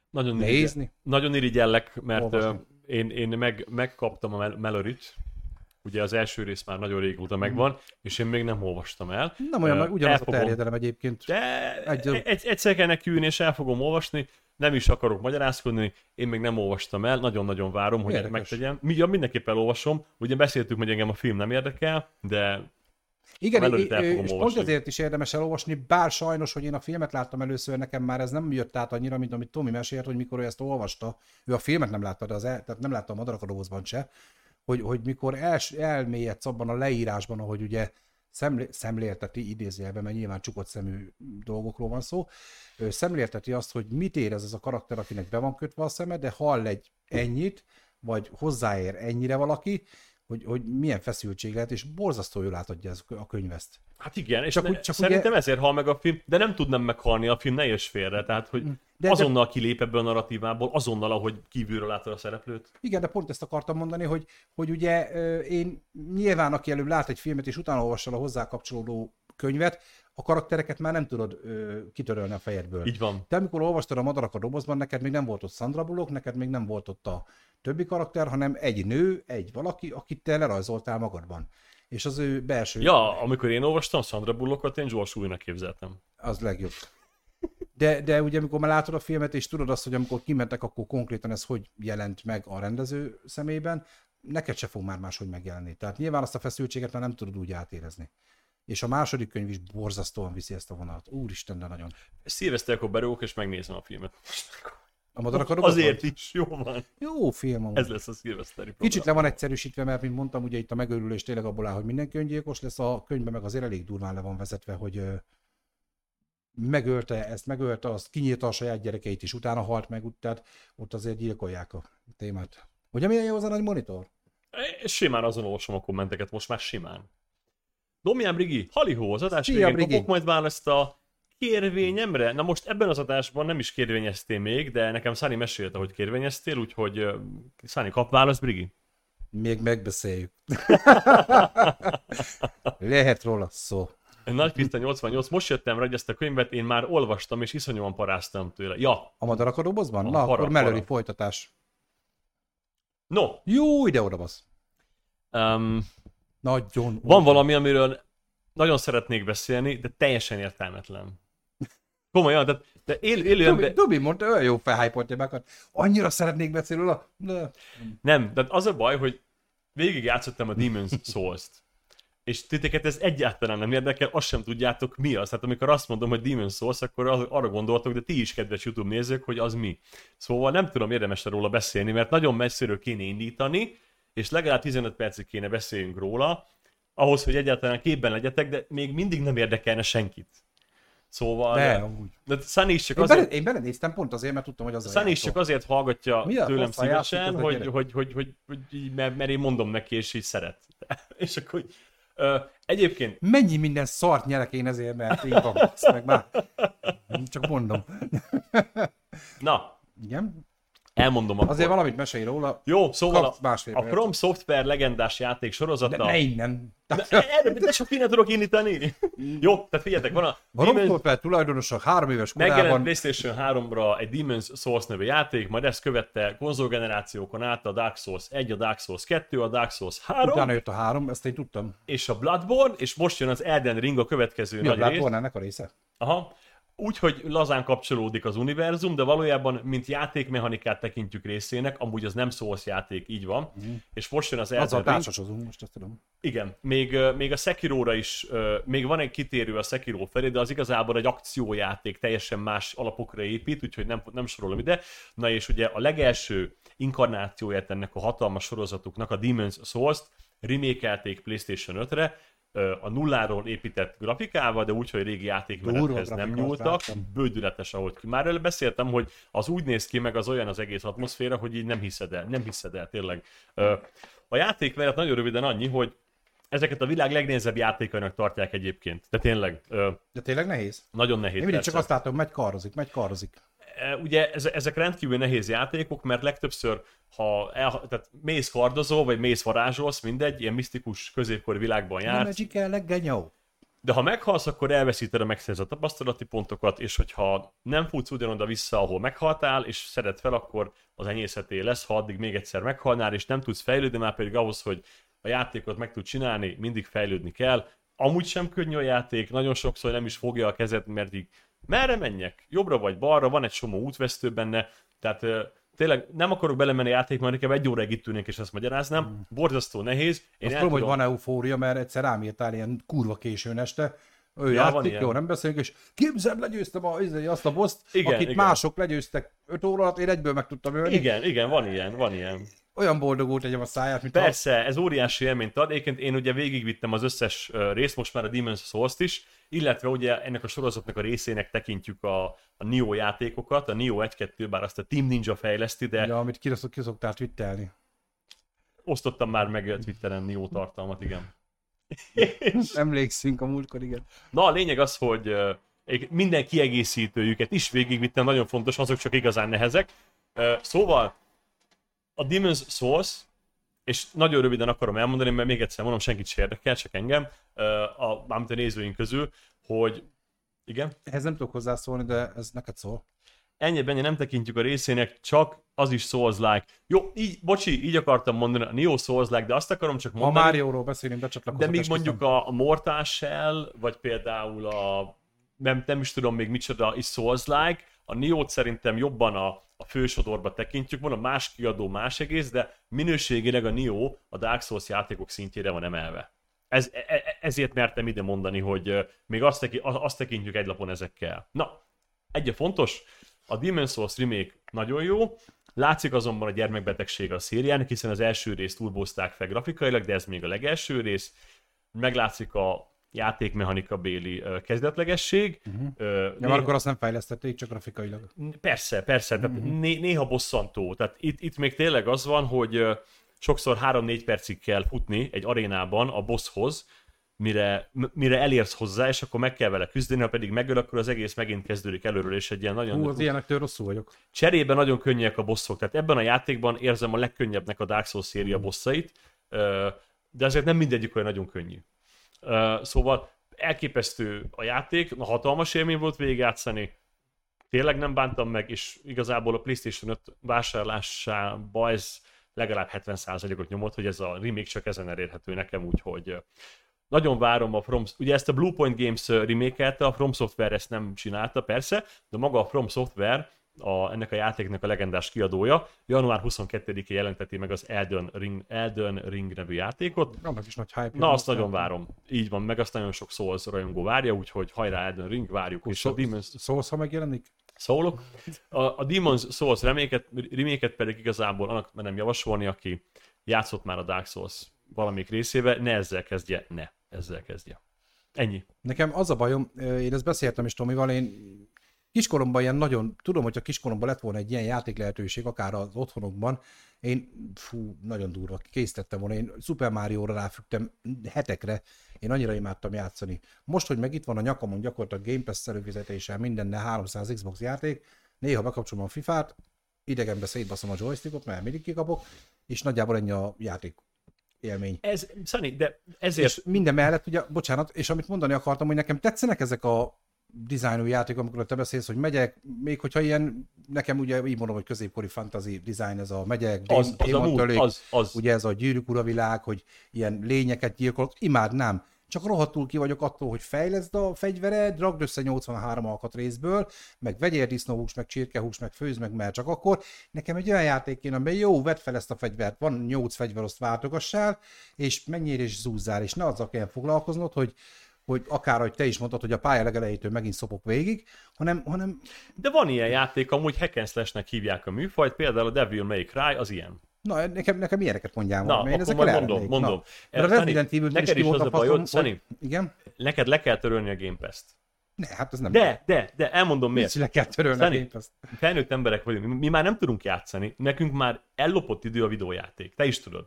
Nagyon irigyellek, mert én megkaptam a Malloryt, ugye az első rész már nagyon régóta megvan, és én még nem olvastam el. Nem olyan, ugyanaz a terjedelem egyébként. De egyszer kell nekiülni, és el fogom olvasni, nem is akarok magyarázkodni, én még nem olvastam el, nagyon-nagyon várom, hogy ezt megtegyem. Mindenképpen elolvasom, ugye beszéltük, hogy engem a film nem érdekel, de igen, és pont azért is érdemes elolvasni, bár sajnos, hogy én a filmet láttam először, nekem már ez nem jött át annyira, mint amit Tomi mesélt, hogy mikor ő ezt olvasta, ő a filmet nem látta, tehát nem látta a Madarak a dobozban se, hogy mikor elmélyedsz abban a leírásban, ahogy ugye szemlélteti idézőjelben, mert nyilván csukott szemű dolgokról van szó, szemlélteti azt, hogy mit érez ez a karakter, akinek be van kötve a szeme, de hall egy ennyit, vagy hozzáér ennyire valaki, hogy milyen feszültség lehet, és borzasztó jól átadja ez a könyv ezt. Hát igen, és csak szerintem ugye... ezért hal meg a film, de nem tudnám meghalni a film, ne érts félre, tehát hogy azonnal kilép ebből a narratívából, azonnal, ahogy kívülről látod a szereplőt. Igen, de pont ezt akartam mondani, hogy ugye én nyilván, aki előbb lát egy filmet, és utána olvassal a hozzá kapcsolódó könyvet, a karaktereket már nem tudod kitörölni a fejedből. Így van. Te amikor olvastad a Madarak a dobozban, neked még nem volt ott Sandra Bullock, neked még nem volt ott a többi karakter, hanem egy nő, egy valaki, akit te lerajzoltál magadban. És az ő belső... Ja, amikor én olvastam Sandra Bullockot, én Joel Schulynak képzeltem. Az legjobb. De ugye amikor már látod a filmet, és tudod azt, hogy amikor kimentek, akkor konkrétan ez hogy jelent meg a rendező szemében, neked se fog már máshogy megjelenni. Tehát nyilván azt a feszültséget már nem tudod úgy átérezni. És a második könyv is borzasztóan viszi ezt a vonalat. Úristen, de nagyon. Szilveszterkor berúgok, és megnézem a filmet. A Madarak a dobozban? Azért is, jó van. Jó film amúgy. Ez lesz a szilveszteri program. Kicsit le van egyszerűsítve, mert mint mondtam, ugye itt a megőrülés tényleg abból áll, hogy mindenki öngyilkos lesz, a könyvben meg azért elég durván le van vezetve, hogy megölte azt, kinyírta a saját gyerekeit is, utána halt meg, tehát ott azért gyilkolják a témát. Ugye milyen jó az a nagy monitor? Simán azon olvasom a kommenteket, most már simán. Domján Brigi, halihó, az adás végén kapok majd választ a kérvényemre? Na most ebben az adásban nem is kérvényeztél még, de nekem Sunny mesélte, hogy kérvényeztél, úgyhogy Sunny, kap választ, Brigi? Még megbeszéljük. Lehet róla szó. Nagy Krisztán 88, most jöttem rá, hogy ezt a könyvet én már olvastam, és iszonyúan paráztam tőle. Ja. A Madarak a dobozban? Na, akkor Mallory folytatás. No. Jó, ide-oda basz. Nagyon. Van valami, amiről nagyon szeretnék beszélni, de teljesen értelmetlen. Komolyan, de élő ember... Dobi mondta, olyan jó felhájpolt témákat. Annyira szeretnék beszélni róla. Nem, de az a baj, hogy végig játszottam a Demon's Souls-t. És titeket ez egyáltalán nem érdekel, azt sem tudjátok mi az. Tehát amikor azt mondom, hogy Demon's Souls, akkor arra gondoltok, de ti is, kedves YouTube nézők, hogy az mi. Szóval nem tudom érdemes róla beszélni, mert nagyon messziről kéne indítani, és legalább 15 percig kéne beszéljünk róla, ahhoz, hogy egyáltalán képben legyetek, de még mindig nem érdekelne senkit. Szóval... De Sunny is csak azért... Én belenéztem pont azért, mert tudtam, hogy az a Sunny is csak azért hallgatja tőlem szívesen, mert én mondom neki, és így szeret. És akkor... Egyébként... Mennyi minden szart nyerek én ezért, mert így van, meg már. Csak mondom. Na. Igen? Elmondom akkor. Azért valamit mesélj róla. Jó, szóval a From Software legendás játék sorozata... De ne innen. De csak innen tudok indítani. Jó, tehát figyeljetek, van a From Software tulajdonosok 3 éves korában... Megjelent PlayStation 3-ra egy Demon's Souls nevű játék, majd ezt követte konzolgenerációkon át a Dark Souls 1, a Dark Souls 2, a Dark Souls 3. Utána jött a 3, ezt én tudtam. És a Bloodborne, és most jön az Elden Ring a következő nagy rész. Mi a Bloodborne ennek a része? Aha. Úgyhogy lazán kapcsolódik az univerzum, de valójában, mint játékmechanikát tekintjük részének, amúgy az nem Souls játék, így van. És most jön az Elden Ring. Azzal társasozunk, most ezt tudom. Igen, még a Sekiróra is, még van egy kitérő a Sekiró felé, de az igazából egy akciójáték, teljesen más alapokra épít, úgyhogy nem sorolom ide. Na és ugye a legelső inkarnációját ennek a hatalmas sorozatuknak, a Demon's Souls-t remake-elték PlayStation 5-re, a nulláról épített grafikával, de úgy, hogy régi játékmenethez nem nyúltak. Bődületes, ahogy már előbb beszéltem, hogy az úgy néz ki, meg az olyan az egész atmoszféra, hogy így nem hiszed el, tényleg. A játékmenet nagyon röviden annyi, hogy ezeket a világ legnehezebb játékainak tartják egyébként. De tényleg. De tényleg nehéz? Nagyon nehéz. Én mindig csak azt látom, megy karozik. Ugye ezek rendkívül nehéz játékok, mert legtöbbször, tehát mész kardozol, vagy mész varázsolsz, mindegy, ilyen misztikus középkori világban jársz. De ha meghalsz, akkor elveszíted a megszerzett tapasztalati pontokat, és hogyha nem futsz ugyanoda vissza, ahol meghaltál, és szeded fel, akkor az enyészeté lesz, ha addig még egyszer meghalnál, és nem tudsz fejlődni, már pedig ahhoz, hogy a játékot meg tud csinálni, mindig fejlődni kell. Amúgy sem könnyű a játék, nagyon sokszor nem is fogja a kezed, mert így merre menjek? Jobbra vagy balra, van egy csomó útvesztő benne, tehát tényleg nem akarok belemenni a játékban, nekem 1 óráig itt ülnék és ezt magyaráznám, borzasztó nehéz. Én azt tudom, hogy van eufória, mert egyszer rám írtál ilyen kurva későn este, ő játék, jó, nem beszélünk, és képzeld, legyőztem azt a boszt, akit igen. Mások legyőztek 5 óra alatt, én egyből meg tudtam ölni. Igen, van ilyen. Olyan boldogult tegyem a száját, mint persze, ez óriási élményt ad. Egyébként én ugye végigvittem az összes részt, most már a Demon's Souls-t is, illetve ugye ennek a sorozatnak a részének tekintjük a Nioh játékokat, a Nioh 1-2, bár azt a Team Ninja fejleszti, de... Ja, amit kiszoktál twittelni. Osztottam már meg Twitteren Nioh tartalmat, igen. Emlékszünk a múltkor, igen. Na, a lényeg az, hogy minden kiegészítőjüket is végigvittem, nagyon fontos, azok csak igazán nehezek. Szóval a Demon's Souls, és nagyon röviden akarom elmondani, mert még egyszer mondom, senkit se érdekel, csak engem, mármint a nézőink közül, hogy igen? Ehhez nem tudok hozzászólni, de ez neked szól. Ennyi nem tekintjük a részének, csak az is Souls-like. Jó, így akartam mondani, a Nioh Souls-like, de azt akarom csak mondani... A Mario-ról beszélünk, de csatlakozok. De még mondjuk a Mortal Shell, vagy például nem is tudom még micsoda is Souls-like, a Nioh-t szerintem jobban a fősodorba tekintjük, van a más kiadó, más egész, de minőségileg a Nioh a Dark Souls játékok szintjére van emelve. Ezért mertem ide mondani, hogy még azt tekintjük egy lapon ezekkel. Na, egy fontos, a Demon's Souls remake nagyon jó, látszik azonban a gyermekbetegség a szériának, hiszen az első részt turbózták fel grafikailag, de ez még a legelső rész. Meglátszik a játékmechanika béli kezdetlegesség. Már akkor azt nem fejlesztették, csak grafikailag. Persze, tehát néha bosszantó. Tehát itt még tényleg az van, hogy sokszor 3-4 percig kell futni egy arénában a bosshoz, mire elérsz hozzá, és akkor meg kell vele küzdeni, ha pedig megöl, akkor az egész megint kezdődik előről, és egy ilyen nagyon... az ilyenektől rosszul vagyok. Cserében nagyon könnyűek a bosszok, tehát ebben a játékban érzem a legkönnyebbnek a Dark Souls széria bosszait, de azért nem mindegyik olyan nagyon könnyű. Szóval elképesztő a játék, hatalmas élmény volt végigjátszani, tényleg nem bántam meg, és igazából a PlayStation 5 vásárlásába ez legalább 70%-ot nyomott, hogy ez a remake csak ezen elérhető nekem, úgyhogy nagyon várom ugye ezt a Bluepoint Games remake-elte, a From Software ezt nem csinálta persze, de maga a From Software, ennek a játéknak a legendás kiadója, január 22-én jelenteti meg az Elden Ring nevű játékot. Annak is nagy hype. Na, azt nagyon várom. Így van, meg azt nagyon sok Souls rajongó várja, úgyhogy hajrá Elden Ring, várjuk. És a Demon's Souls, ha megjelenik? Szólok. A Demon's Souls remake-et pedig igazából annak nem javasolni, aki játszott már a Dark Souls valamelyik részével, ne ezzel kezdje. Ennyi. Nekem az a bajom, én ezt beszéltem is Tomival, én kiskoromban ilyen nagyon, tudom, hogyha kiskoromban lett volna egy ilyen játék lehetőség, akár az otthonokban, én nagyon durva, készítettem volna, én Super Mario-ra ráfügtem hetekre, én annyira imádtam játszani. Most, hogy meg itt van a nyakamon gyakorlatilag Game Pass előfizetéssel mindenne 300 Xbox játék, néha bekapcsolom a FIFA-t, idegenbe szétbaszom a joystickot, mert mindig kikapok, és nagyjából ennyi a játék élmény. Szani, de ezért... És minden mellett, ugye, bocsánat, és amit mondani akartam, hogy nekem tetszenek ezek a dizájnú játék, amikor te beszélsz, hogy megyek, még hogyha ilyen, nekem ugye így mondom, hogy középkori fantasy design, ez a megyek, ugye ez a Gyűrűk ura világ, hogy ilyen lényeket gyilkolok, imádnám. Csak rohadtul ki vagyok attól, hogy fejleszd a fegyvered, ragd össze 83 alkatrészből, meg vegyél disznóhús, meg csirkehús, meg főzd meg, mert csak akkor nekem egy olyan játék kéne, amiben jó, vedd fel ezt a fegyvert, van 8 fegyver, azt váltogassál, és menjél és zúzzál, és ne azzal kell foglalkoznod, hogy akár, hogy te is mondtad, hogy a pálya legelejétől megint szopok végig, hanem... De van ilyen játék, amúgy hack and slash-nek hívják a műfajt, például a Devil May Cry, az ilyen. Na, nekem ilyeneket mondjál. Na, én akkor mondom. Mert a Resident Evil-t is ki volt a faszom, Szani, igen? Neked le kell törölni a Game Pass-t. Ne, hát ez nem... De, elmondom miért. Le kell törölni a Game Pass-t. Felnőtt emberek vagyunk, mi már nem tudunk játszani, nekünk már ellopott idő a videójáték, te is tudod.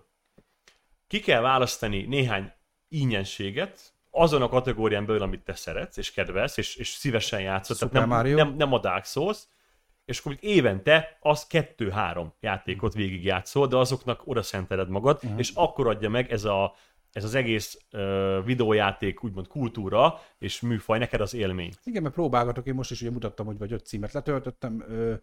Ki kell választani néhány ingyenséget, azon a kategórián belül, amit te szeretsz, és kedvelsz, és szívesen játszol, tehát nem a Dark Souls, és akkor évente az 2-3 játékot végigjátszol, de azoknak oda szenteled magad, és akkor adja meg ez az egész videójáték, úgymond kultúra és műfaj neked az élmény. Igen, mert próbálgatok, én most is ugye mutattam, hogy vagy 5 címet letöltöttem,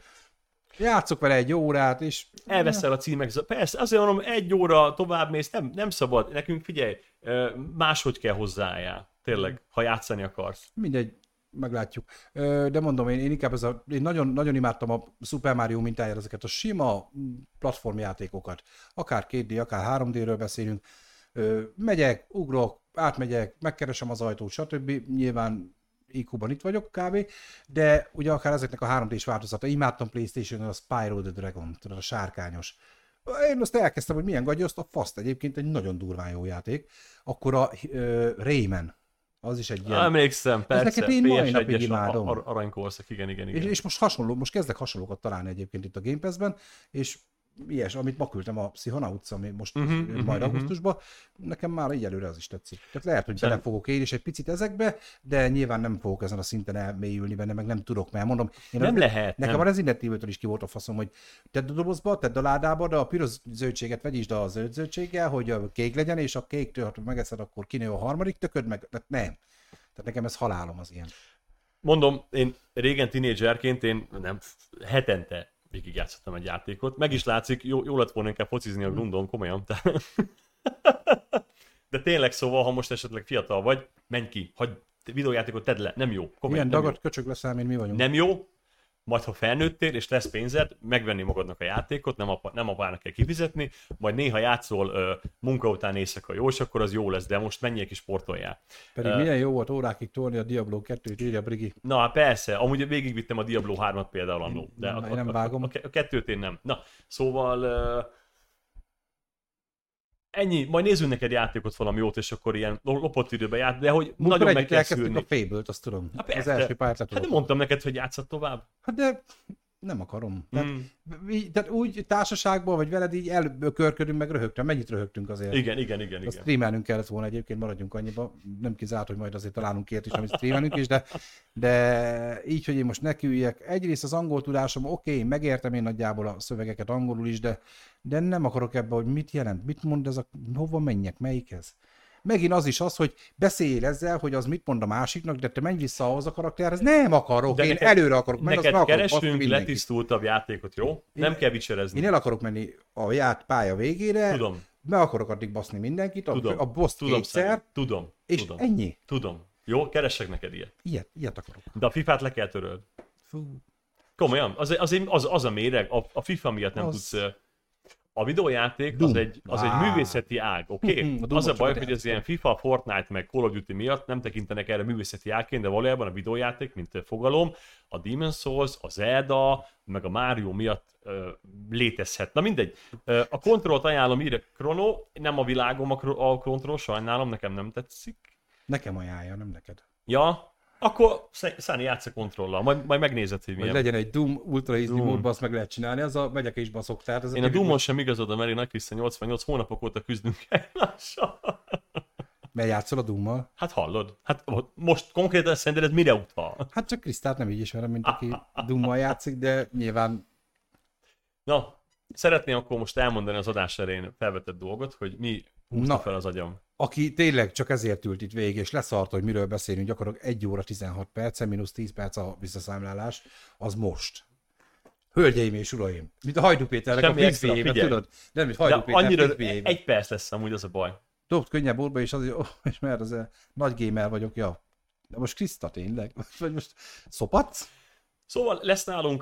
játszok vele 1 órát, és... Elveszel a címek, persze, azért mondom, 1 óra tovább mész, nem szabad, nekünk figyelj, máshogy kell hozzájál, tényleg, ha játszani akarsz. Mindegy, meglátjuk. De mondom, én inkább én nagyon, nagyon imádtam a Super Mario mintájára ezeket a sima platformjátékokat. Akár 2D, akár 3D-ről beszélünk. Megyek, ugrok, átmegyek, megkeresem az ajtót, stb. Nyilván IQ-ban itt vagyok kb. De ugye akár ezeknek a 3D-s változata. Imádtam PlayStation-on a Spyro the Dragon, tudod, a sárkányos. Én azt elkezdtem, hogy milyen gagyoszt, a faszt egyébként egy nagyon durván jó játék. Akkor a Rayman, az is egy ilyen... Emlékszem, persze, én mai napig imádom. Aranykorszak, igen. És most kezdek hasonlókat találni egyébként itt a Game Pass-ben, és ilyes, amit ma küldtem a Psychonauts, ami most majd augusztusban, nekem már így előre az is tetszik. Tehát lehet, hogy bele fogok én is egy picit ezekbe, de nyilván nem fogok ezen a szinten elmélyülni benne, meg nem tudok, mert mondom, nekem a Resident Evil-től is ki volt a faszom, hogy tedd a dobozba, tedd a ládába, de a piros zöldséget vegyítsd a zöld zöldséggel, hogy a kék legyen, és a kéktől, ha megeszed, akkor kinő a harmadik tököd, meg tehát nem. Tehát nekem ez halálom az ilyen. Mondom, én régen tínédzserként, nem hetente végigjátszottam egy játékot. Meg is látszik, jó lett volna inkább focizni a Grundon, komolyan. De tényleg szóval, ha most esetleg fiatal vagy, menj ki, hagyd videójátékot tedd le, nem jó. Ilyen dagadt köcsög leszel, mint mi vagyunk. Nem jó, majd ha felnőttél, és lesz pénzed, megvenni magadnak a játékot, nem apának kell kifizetni, majd néha játszol munka után éjszaka jó, és akkor az jó lesz, de most menjél ki sportoljál. Pedig milyen jó volt órákig tolni a Diablo 2-t, írja Brigi. Na persze, amúgy végigvittem a Diablo 3-at például annó, de nem vágom. A 2-t én nem. Na, szóval... ennyi, majd nézzünk neked játékot valami jót, és akkor ilyen lopott időben ját, de hogy múltkor nagyon meg kell szülni. A Fable-t, azt tudom. Az első pályát le tudom. Hát de mondtam neked, hogy játszad tovább. Hát de Nem akarom. Tehát úgy társaságban, vagy veled így elbökörködünk, meg röhögtünk. Mennyit röhögtünk azért? Igen. Azt streamelnünk kellett volna egyébként, maradjunk annyiba. Nem kizárt, hogy majd azért találunk ilyet is, amit streamelünk is, de így, hogy én most nekiüljek. Egyrészt az angol tudásom, oké, megértem én nagyjából a szövegeket angolul is, de nem akarok ebbe, hogy mit jelent, mit mond ez hova menjek, melyikhez. Megint az is az, hogy beszéljél ezzel, hogy az mit mond a másiknak, de te menj vissza ahhoz a karakterhez. Nem akarok, én előre akarok menni. Neked keresünk letisztultabb játékot, jó? Nem kell vicserezni. Én el akarok menni a pálya végére, tudom. Meg akarok addig baszni mindenkit, a boss kétszer, és ennyi. Tudom. Jó, keressek neked ilyet. Ilyet akarok. De a FIFA-t le kell töröld. Fú. Komolyan, az a méreg, a FIFA miatt nem tudsz... A videójáték az egy művészeti ág, oké? Az a baj, hogy az ilyen FIFA, Fortnite meg Call of Duty miatt nem tekintenek erre művészeti ágként, de valójában a videójáték, mint fogalom, a Demon's Souls, a Zelda, meg a Mario miatt létezhet. Na mindegy. A kontrollt ajánlom, írja Chrono, nem a világom a kontroll, sajnálom, nekem nem tetszik. Nekem ajánlja, nem neked. Ja, akkor Száni játsz a kontrollal, majd megnézed, hogy milyen. Vagy legyen egy Doom Ultra Easy Mode, azt meg lehet csinálni, az a megyek és baszok. Tehát én a Doomon sem igazodom, mert én Nagy Krisztián 88 hónapok óta küzdünk egymással. Mert játszol a Doommal? Hát hallod. Hát most konkrétan szerinted mire utal? Hát csak Krisztát nem így ismerem, mint aki Doommal játszik, de nyilván... Na, szeretném akkor most elmondani az adás elején felvetett dolgot, hogy mi húzta fel az agyam. Aki tényleg csak ezért ült itt végig, és leszart, hogy miről beszélünk, gyakorlatilag 1 óra 16 perc, mínusz 10 perc a visszaszámlálás, az most. Hölgyeim és uraim, mint a Hajdú Péternek a frisbee-ébe, tudod? Nem, mint Hajdú Péter frisbee-ébe. 1 perc lesz amúgy, az a baj. Dobd könnyebb orba, és azért, és mert az nagy gamer vagyok, ja. De most Kriszta tényleg? Vagy most szopatsz? Szóval lesz nálunk,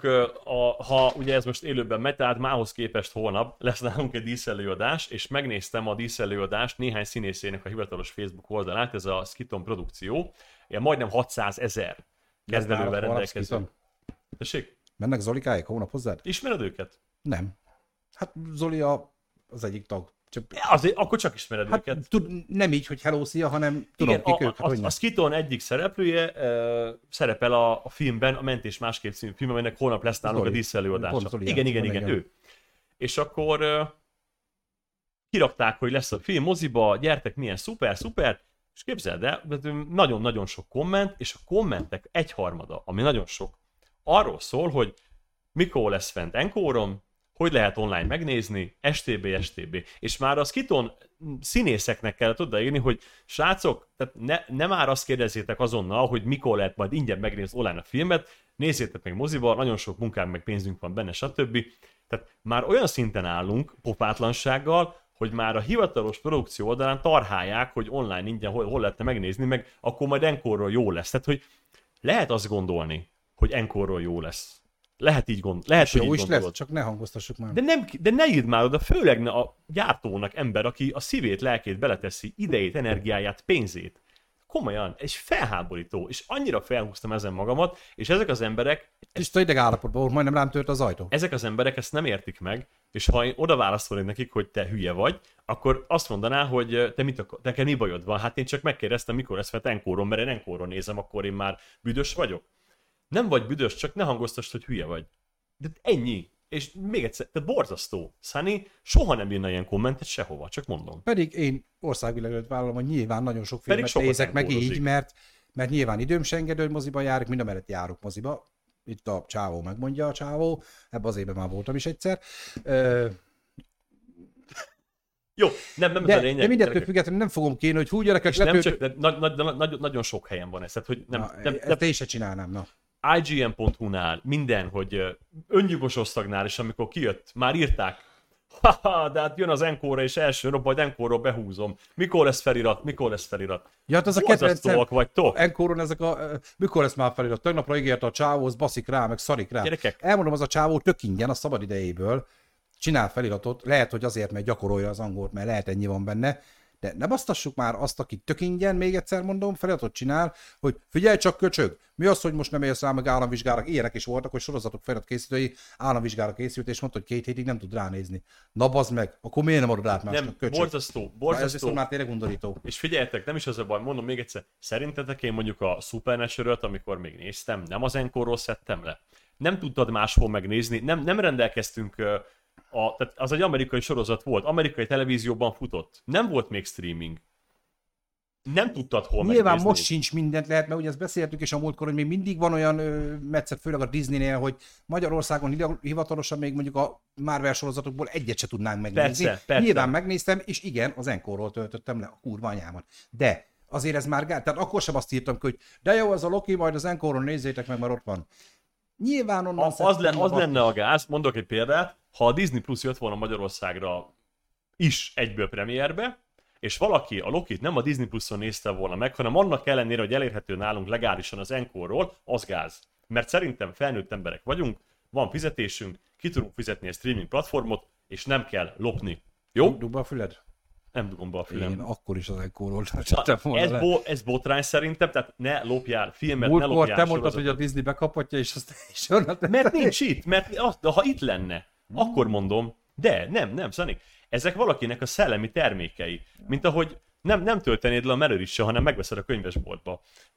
ha ugye ez most élőben megy, tehát mához képest holnap lesz nálunk egy díszelőadás, és megnéztem a díszelőadást néhány színészének a hivatalos Facebook oldalát, ez a Skiton produkció, ilyen majdnem 600 000 kezdelővel rendelkező. Tessék? Mennek Zolikáik hónap hozzád? Ismered őket? Nem. Hát Zoli az egyik tag. Azért, akkor csak ismered őket. Nem így, hogy hello, szia, hanem tudom, igen, kik ők. A Skiton egyik szereplője szerepel a filmben, a Mentés másképp című film, amelynek holnap lesz nálunk a díszelőadása. Igen, ő. És akkor kirakták, hogy lesz a film moziba, gyertek, milyen szuper, és képzeld el, nagyon-nagyon sok komment, és a kommentek 1/3, ami nagyon sok, arról szól, hogy mikor lesz fent Encore-on, hogy lehet online megnézni, STB. És már a Skiton színészeknek kellett odaírni, hogy srácok, tehát ne már azt kérdezzétek azonnal, hogy mikor lehet majd ingyen megnézni online a filmet, nézzétek meg moziba, nagyon sok munkánk meg pénzünk van benne, stb. Tehát már olyan szinten állunk pofátlansággal, hogy már a hivatalos produkció oldalán tarhálják, hogy online ingyen hol lehetne megnézni, meg akkor majd Encore-ról jó lesz. Tehát, hogy lehet azt gondolni, hogy Encore-ról jó lesz. Lehet így gondolni. Jó is lesz, csak ne hangoztassuk már. De ne írd már oda, főleg a gyártónak ember, aki a szívét, lelkét beleteszi, idejét, energiáját, pénzét. Komolyan, és felháborító, és annyira felhúztam ezen magamat, és ezek az emberek... Tiszta ideg állapotban, majdnem rám tört az ajtó. Ezek az emberek ezt nem értik meg, és ha én oda válaszolnék nekik, hogy te hülye vagy, akkor azt mondaná, hogy neked mi bajod van? Hát én csak megkérdeztem, mikor lesz fel Encore-on, mert én Encore-on nézem, akkor én már büdös vagyok. Nem vagy büdös, csak ne hangoztasd, hogy hülye vagy. De ennyi. És még egyszer, te borzasztó. Sunny soha nem írna ilyen kommentet sehova, csak mondom. Pedig én országvilágot vállalom, hogy nyilván nagyon sok filmet nézek meg így, mert nyilván időm se engedő, hogy moziba járok, mind a mellett járok moziba. Itt a csávó megmondja a csávó, ebben az évben már voltam is egyszer. Jó, nem ez a lényeg. De mindettől függetlenül nem fogom kérni, hogy hú, gyerekek, nagyon sok helyen van ez. Tehát, hogy ezt én se csinálnám, na. IGN.hu-nál, minden, hogy öngyilkos osztagnál, és amikor kijött, már írták, de hát jön az Encore-ra, és első nap, majd Encore-ról behúzom. Mikor lesz felirat? Ja, hát az a kedvencem, Encore-on ezek mikor lesz már felirat? Tegnapra ígérte a csávó, az baszik rá, meg szarik rá. Gyerekek. Elmondom, az a csávó tök ingyen a szabad idejéből csinál feliratot, lehet, hogy azért, mert gyakorolja az angolt, mert lehet ennyi van benne, de ne basztassuk már azt, aki tök ingyen, még egyszer mondom, feliratot csinál, hogy figyelj csak, köcsög, mi az, hogy most nem élsz rá, meg államvizsgára, ilyenek is voltak, hogy sorozatok feliratkészítői államvizsgára készült, és mondta, hogy 2 hétig nem tud ránézni. Na bazd meg, akkor miért nem adod át másnak, köcsög? Borzasztó. Ez viszont már tényleg undorító. És figyeljetek, nem is az a baj, mondom még egyszer, szerintetek én mondjuk a Supernatural-t, amikor még néztem, nem az Encore-ról szedtem le? nem tudtad máshol megnézni, nem rendelkeztünk, tehát az egy amerikai sorozat volt, amerikai televízióban futott, nem volt még streaming. Nem tudtad hol Nyilván megnézni. most sincs mindent lehet, mert ugye ezt beszéltük is a múltkor, hogy még mindig van olyan metszet, főleg a Disneynél, hogy Magyarországon hivatalosan még mondjuk a Marvel sorozatokból egyet se tudnánk megnézni. Persze. Nyilván megnéztem, és igen, az Encore-ról töltöttem le a kurva anyámat. De azért ez már tehát akkor sem azt írtam, hogy de jó, az a Loki, majd az Encore-on nézzétek meg, mert ott van. Nyilván onnan az lenne a gáz, mondok egy példát, ha a Disney Plus jött volna Magyarországra is egyből premierbe, és valaki a Lokit nem a Disney Plus-on nézte volna meg, hanem annak ellenére, hogy elérhető nálunk legálisan az Encore-ról, az gáz. Mert szerintem felnőtt emberek vagyunk, van fizetésünk, ki tudunk fizetni a streaming platformot, és nem kell lopni. Jó? Dugd be a füled? Nem dugom be a fülem. Én akkor is az Encore-ról töltöttem volna ez botrány szerintem, tehát ne lopjál filmet, ne múltkor lopjál te mondtad, hogy a Disney bekaphatja, és azt is onnan... Mert nincs itt, de ha itt lenne, akkor mondom, de nem, Szanik. Ezek valakinek a szellemi termékei. Mint ahogy nem töltenéd le a Melorisse, hanem megveszed a könyvesboltba.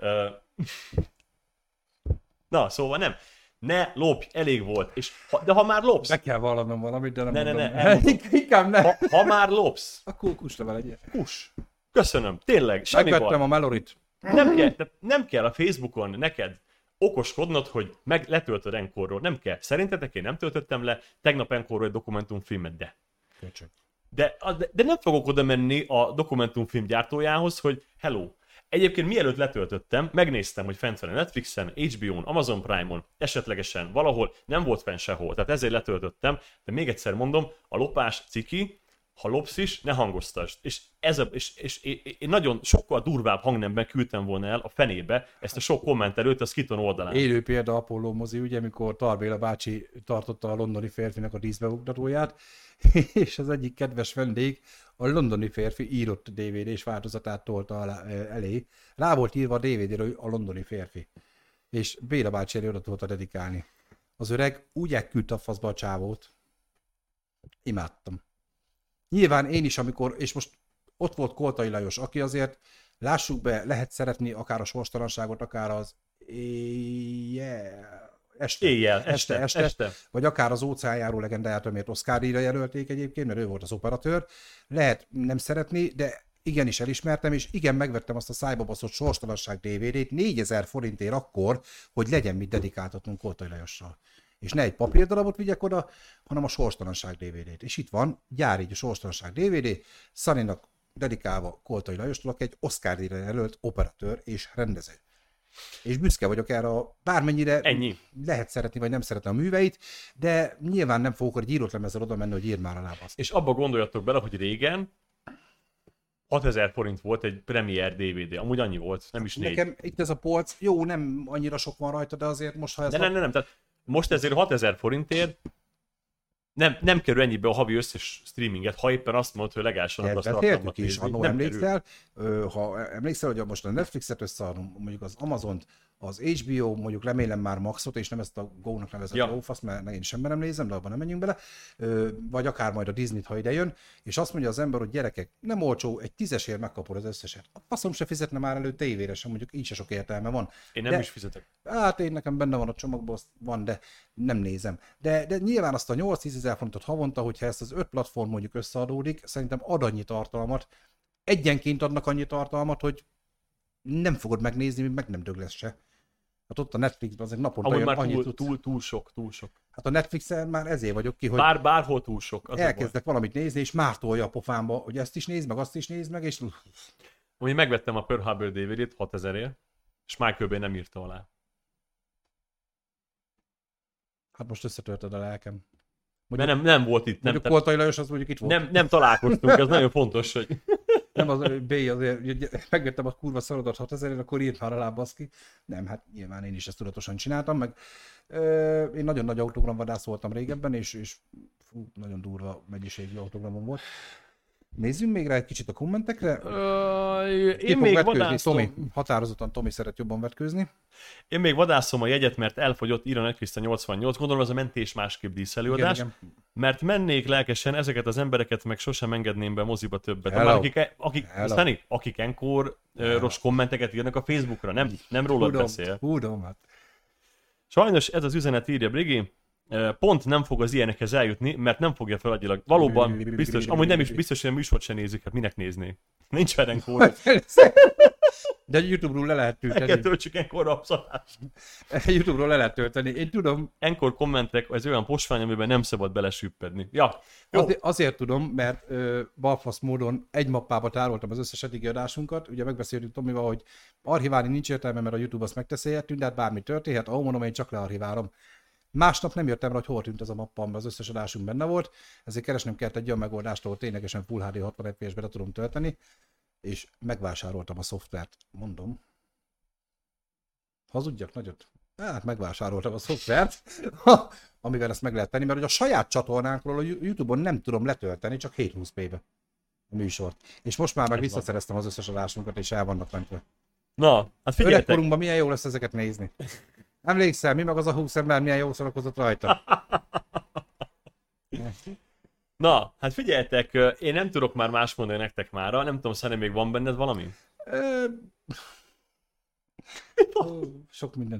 Na, szóval nem. Ne lopj, elég volt. De ha már lopsz... Be kell vallanom valamit, de nem mondom. Inkább ne. Ha már lopsz... Akkor kuss le vele egyet. Kuss. Köszönöm, tényleg, semmi baj. Megvettem a Melorit. Nem kell a Facebookon neked okoskodnod, hogy letöltöd Encore-ról. Nem kell. Szerintetek én nem töltöttem le tegnap Encore-ról egy dokumentumfilmet, de... Köcsög. De nem fogok oda menni a dokumentumfilm gyártójához, hogy hello. Egyébként mielőtt letöltöttem, megnéztem, hogy fent van a Netflixen, HBO-n, Amazon Prime-on, esetlegesen valahol, nem volt fenn sehol, tehát ezért letöltöttem, de még egyszer mondom, a lopás ciki, ha lopsz is, ne hangoztasd. És én nagyon sokkal durvább hangnemben küldtem volna el a fenébe ezt a sok kommentelőt a Skiton oldalán. Élő példa Apollo mozi, ugye, amikor Tarbéla bácsi tartotta a londoni férfinak a díszbebuktatóját, és az egyik kedves vendég a londoni férfi írott DVD-s változatát tolta elé. Rá volt írva a DVD-re, hogy a londoni férfi. És Béla bácsi elé oda tudta dedikálni. Az öreg úgy elküldte a faszba a csávót. Imádtam. Nyilván én is, és most ott volt Koltai Lajos, aki azért, lássuk be, lehet szeretni akár a sorstalanságot, akár az este, vagy akár az óceánjáró legendáját, amért Oscar-díjra jelölték egyébként, mert ő volt az operatőr. Lehet nem szeretni, de igenis elismertem, és igen, megvettem azt a szájba baszott sorstalanság DVD-t 4000 forintért akkor, hogy legyen mit dedikáltatnunk Koltai Lajossal. És ne egy papírdarabot vigyek oda, hanem a sorstalanság DVD-t. És itt van, gyár így a sorstalanság DVD, Szaninak dedikálva Koltai Lajostól, aki egy Oscar-díjra jelölt operatőr és rendező. És büszke vagyok erre, bármennyire ennyi. Lehet szeretni, vagy nem szeretni a műveit, de nyilván nem fogok egy írott lemezzel oda menni, hogy írd már alá azt. És abba gondoljatok bele, hogy régen 6000 forint volt egy Premier DVD, amúgy annyi volt, nem is 4. Nekem itt ez a polc, jó, nem annyira sok van rajta, de azért most, ha ez... Nem, tehát most ezért 6000 forintért nem kerül ennyibe a havi összes streaminget, ha éppen azt mondod, hogy legálisan akarsz tartalmat nézni. Ha emlékszel, hogy most a Netflixet összeadom, mondjuk az Amazont, az HBO, mondjuk remélem már Maxot, és nem ezt a Go-nak nevezett lófasz, mert én sem merem nézem, de abban nem menjünk bele, vagy akár majd a Disney-t, ha ide jön, és azt mondja az ember, hogy gyerekek, nem olcsó, egy 10-esért megkapod az összeset. A faszom se fizetne már elő tévére sem, mondjuk így se sok értelme van. Én nem is fizetek. Hát én nekem benne van a csomagban, van, de nem nézem. De nyilván azt a 8-10 ezer forintot havonta, hogyha ezt az 5 platform mondjuk összeadódik, szerintem ad annyi tartalmat, egyenként adnak annyi tartalmat, hogy nem fogod megnézni, még meg nem dög lesz se. Hát ott a Netflixben azért naponta olyan annyit túl sok. Hát a Netflixen már ezért vagyok ki, hogy bárhol túl sok. Elkezdek valamit nézni, és már tolja a pofámba, hogy ezt is nézd meg, azt is nézd meg, és... Úgy megvettem a Pearl Harbor DVD-t 6000-ért, és Michael Bay nem írta alá. Hát most összetörted a lelkem. Mondjuk, nem volt itt. Mondjuk Koltai Lajos, az mondjuk itt volt. Nem találkoztunk, ez nagyon fontos, hogy... Nem, az B azért, megvettem a kurva szarodat 6000-ért, akkor írt már alá, baszki. Nem, hát nyilván én is ezt tudatosan csináltam, meg én nagyon nagy autogramvadász voltam régebben, és nagyon durva mennyiségű autogramom volt. Nézzünk még rá egy kicsit a kommentekre. Én még vadászom. Tomi, határozottan Tomi szeret jobban vetkőzni. Én még vadászom a jegyet, mert elfogyott, ír a Netflixen 88, gondolom ez a mentés másképp díszelőadás. Igen. Mert mennék lelkesen, ezeket az embereket meg sosem engedném be moziba többet. Akik Encore-os kommenteket írnak a Facebookra, nem rólad beszél. Tudom, hát. Sajnos ez az üzenet, írja Brigi, pont nem fog az ilyenekhez eljutni, mert nem fogja feladjilag. Valóban biztos, amúgy nem is biztos, hogy a műsort sem nézik, hát minek nézni? Nincs Erenkód. De YouTube-ról le lehet tölteni. Neked töltsük Enkor abszalást. YouTube-ról le lehet tölteni, én tudom. Enkor kommentek, ez olyan posvány, amiben nem szabad belesüppedni. Ja, azért tudom, mert balfasz módon egy mappába tároltam az összes eddigi adásunkat. Ugye megbeszéltük Tomival, hogy archiválni nincs értelme, mert a YouTube azt megteszi helyettünk, de hát bármi történhet, ahol mondom, én csak learchiválom. Másnap nem jöttem rá, hogy hol tűnt ez a mappa, amiben az összes adásunk benne volt, ezért keresnem kellett egy olyan megoldást, ahol ténylegesen Full HD 60 FPS-be le tudom tölteni, és megvásároltam a szoftvert, mondom. Hazudjak nagyot? Hát megvásároltam a szoftvert, amivel ezt meg lehet tenni, mert hogy a saját csatornánkról a YouTube-on nem tudom letölteni, csak 720p-be a műsort. És most már meg visszaszereztem az összes adásunkat, és el vannak mentve. Na, hát figyeljetek! Öregkorunkban milyen jó lesz ezeket nézni. Emlékszel, mi meg az a 20 ember milyen jó szórakozott rajta? Na, hát figyeljetek, én nem tudok már más mondani nektek mára, nem tudom, szerintem még van benned valami? Sok minden.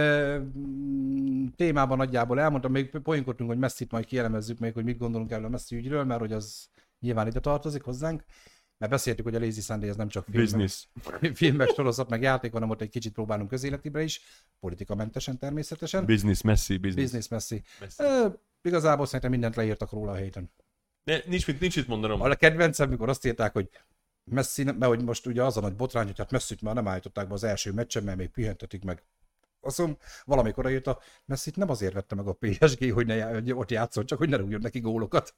Témában nagyjából elmondtam, még poénkodtunk, hogy Messit majd kielemezzük még, hogy mit gondolunk erről a Messi ügyről, mert hogy az nyilván ide tartozik hozzánk. Mert beszéltük, hogy a Lazy Sunday ez nem csak filmek, sorozat, meg játék, hanem ott egy kicsit próbálunk közéletibre is, politikamentesen természetesen. Business Messi. Igazából szerintem mindent leírtak róla a héten. Nincs mit mondanom. A kedvencem, mikor azt írták, hogy Messi, mert hogy most ugye az a nagy botrány, hogy hát Messit már nem állították be az első meccsen, mert még pihentetik meg. Azt mondom, valamikor írta, Messit nem azért vette meg a PSG, hogy ott játszon, csak hogy ne rúgjon neki gólokat.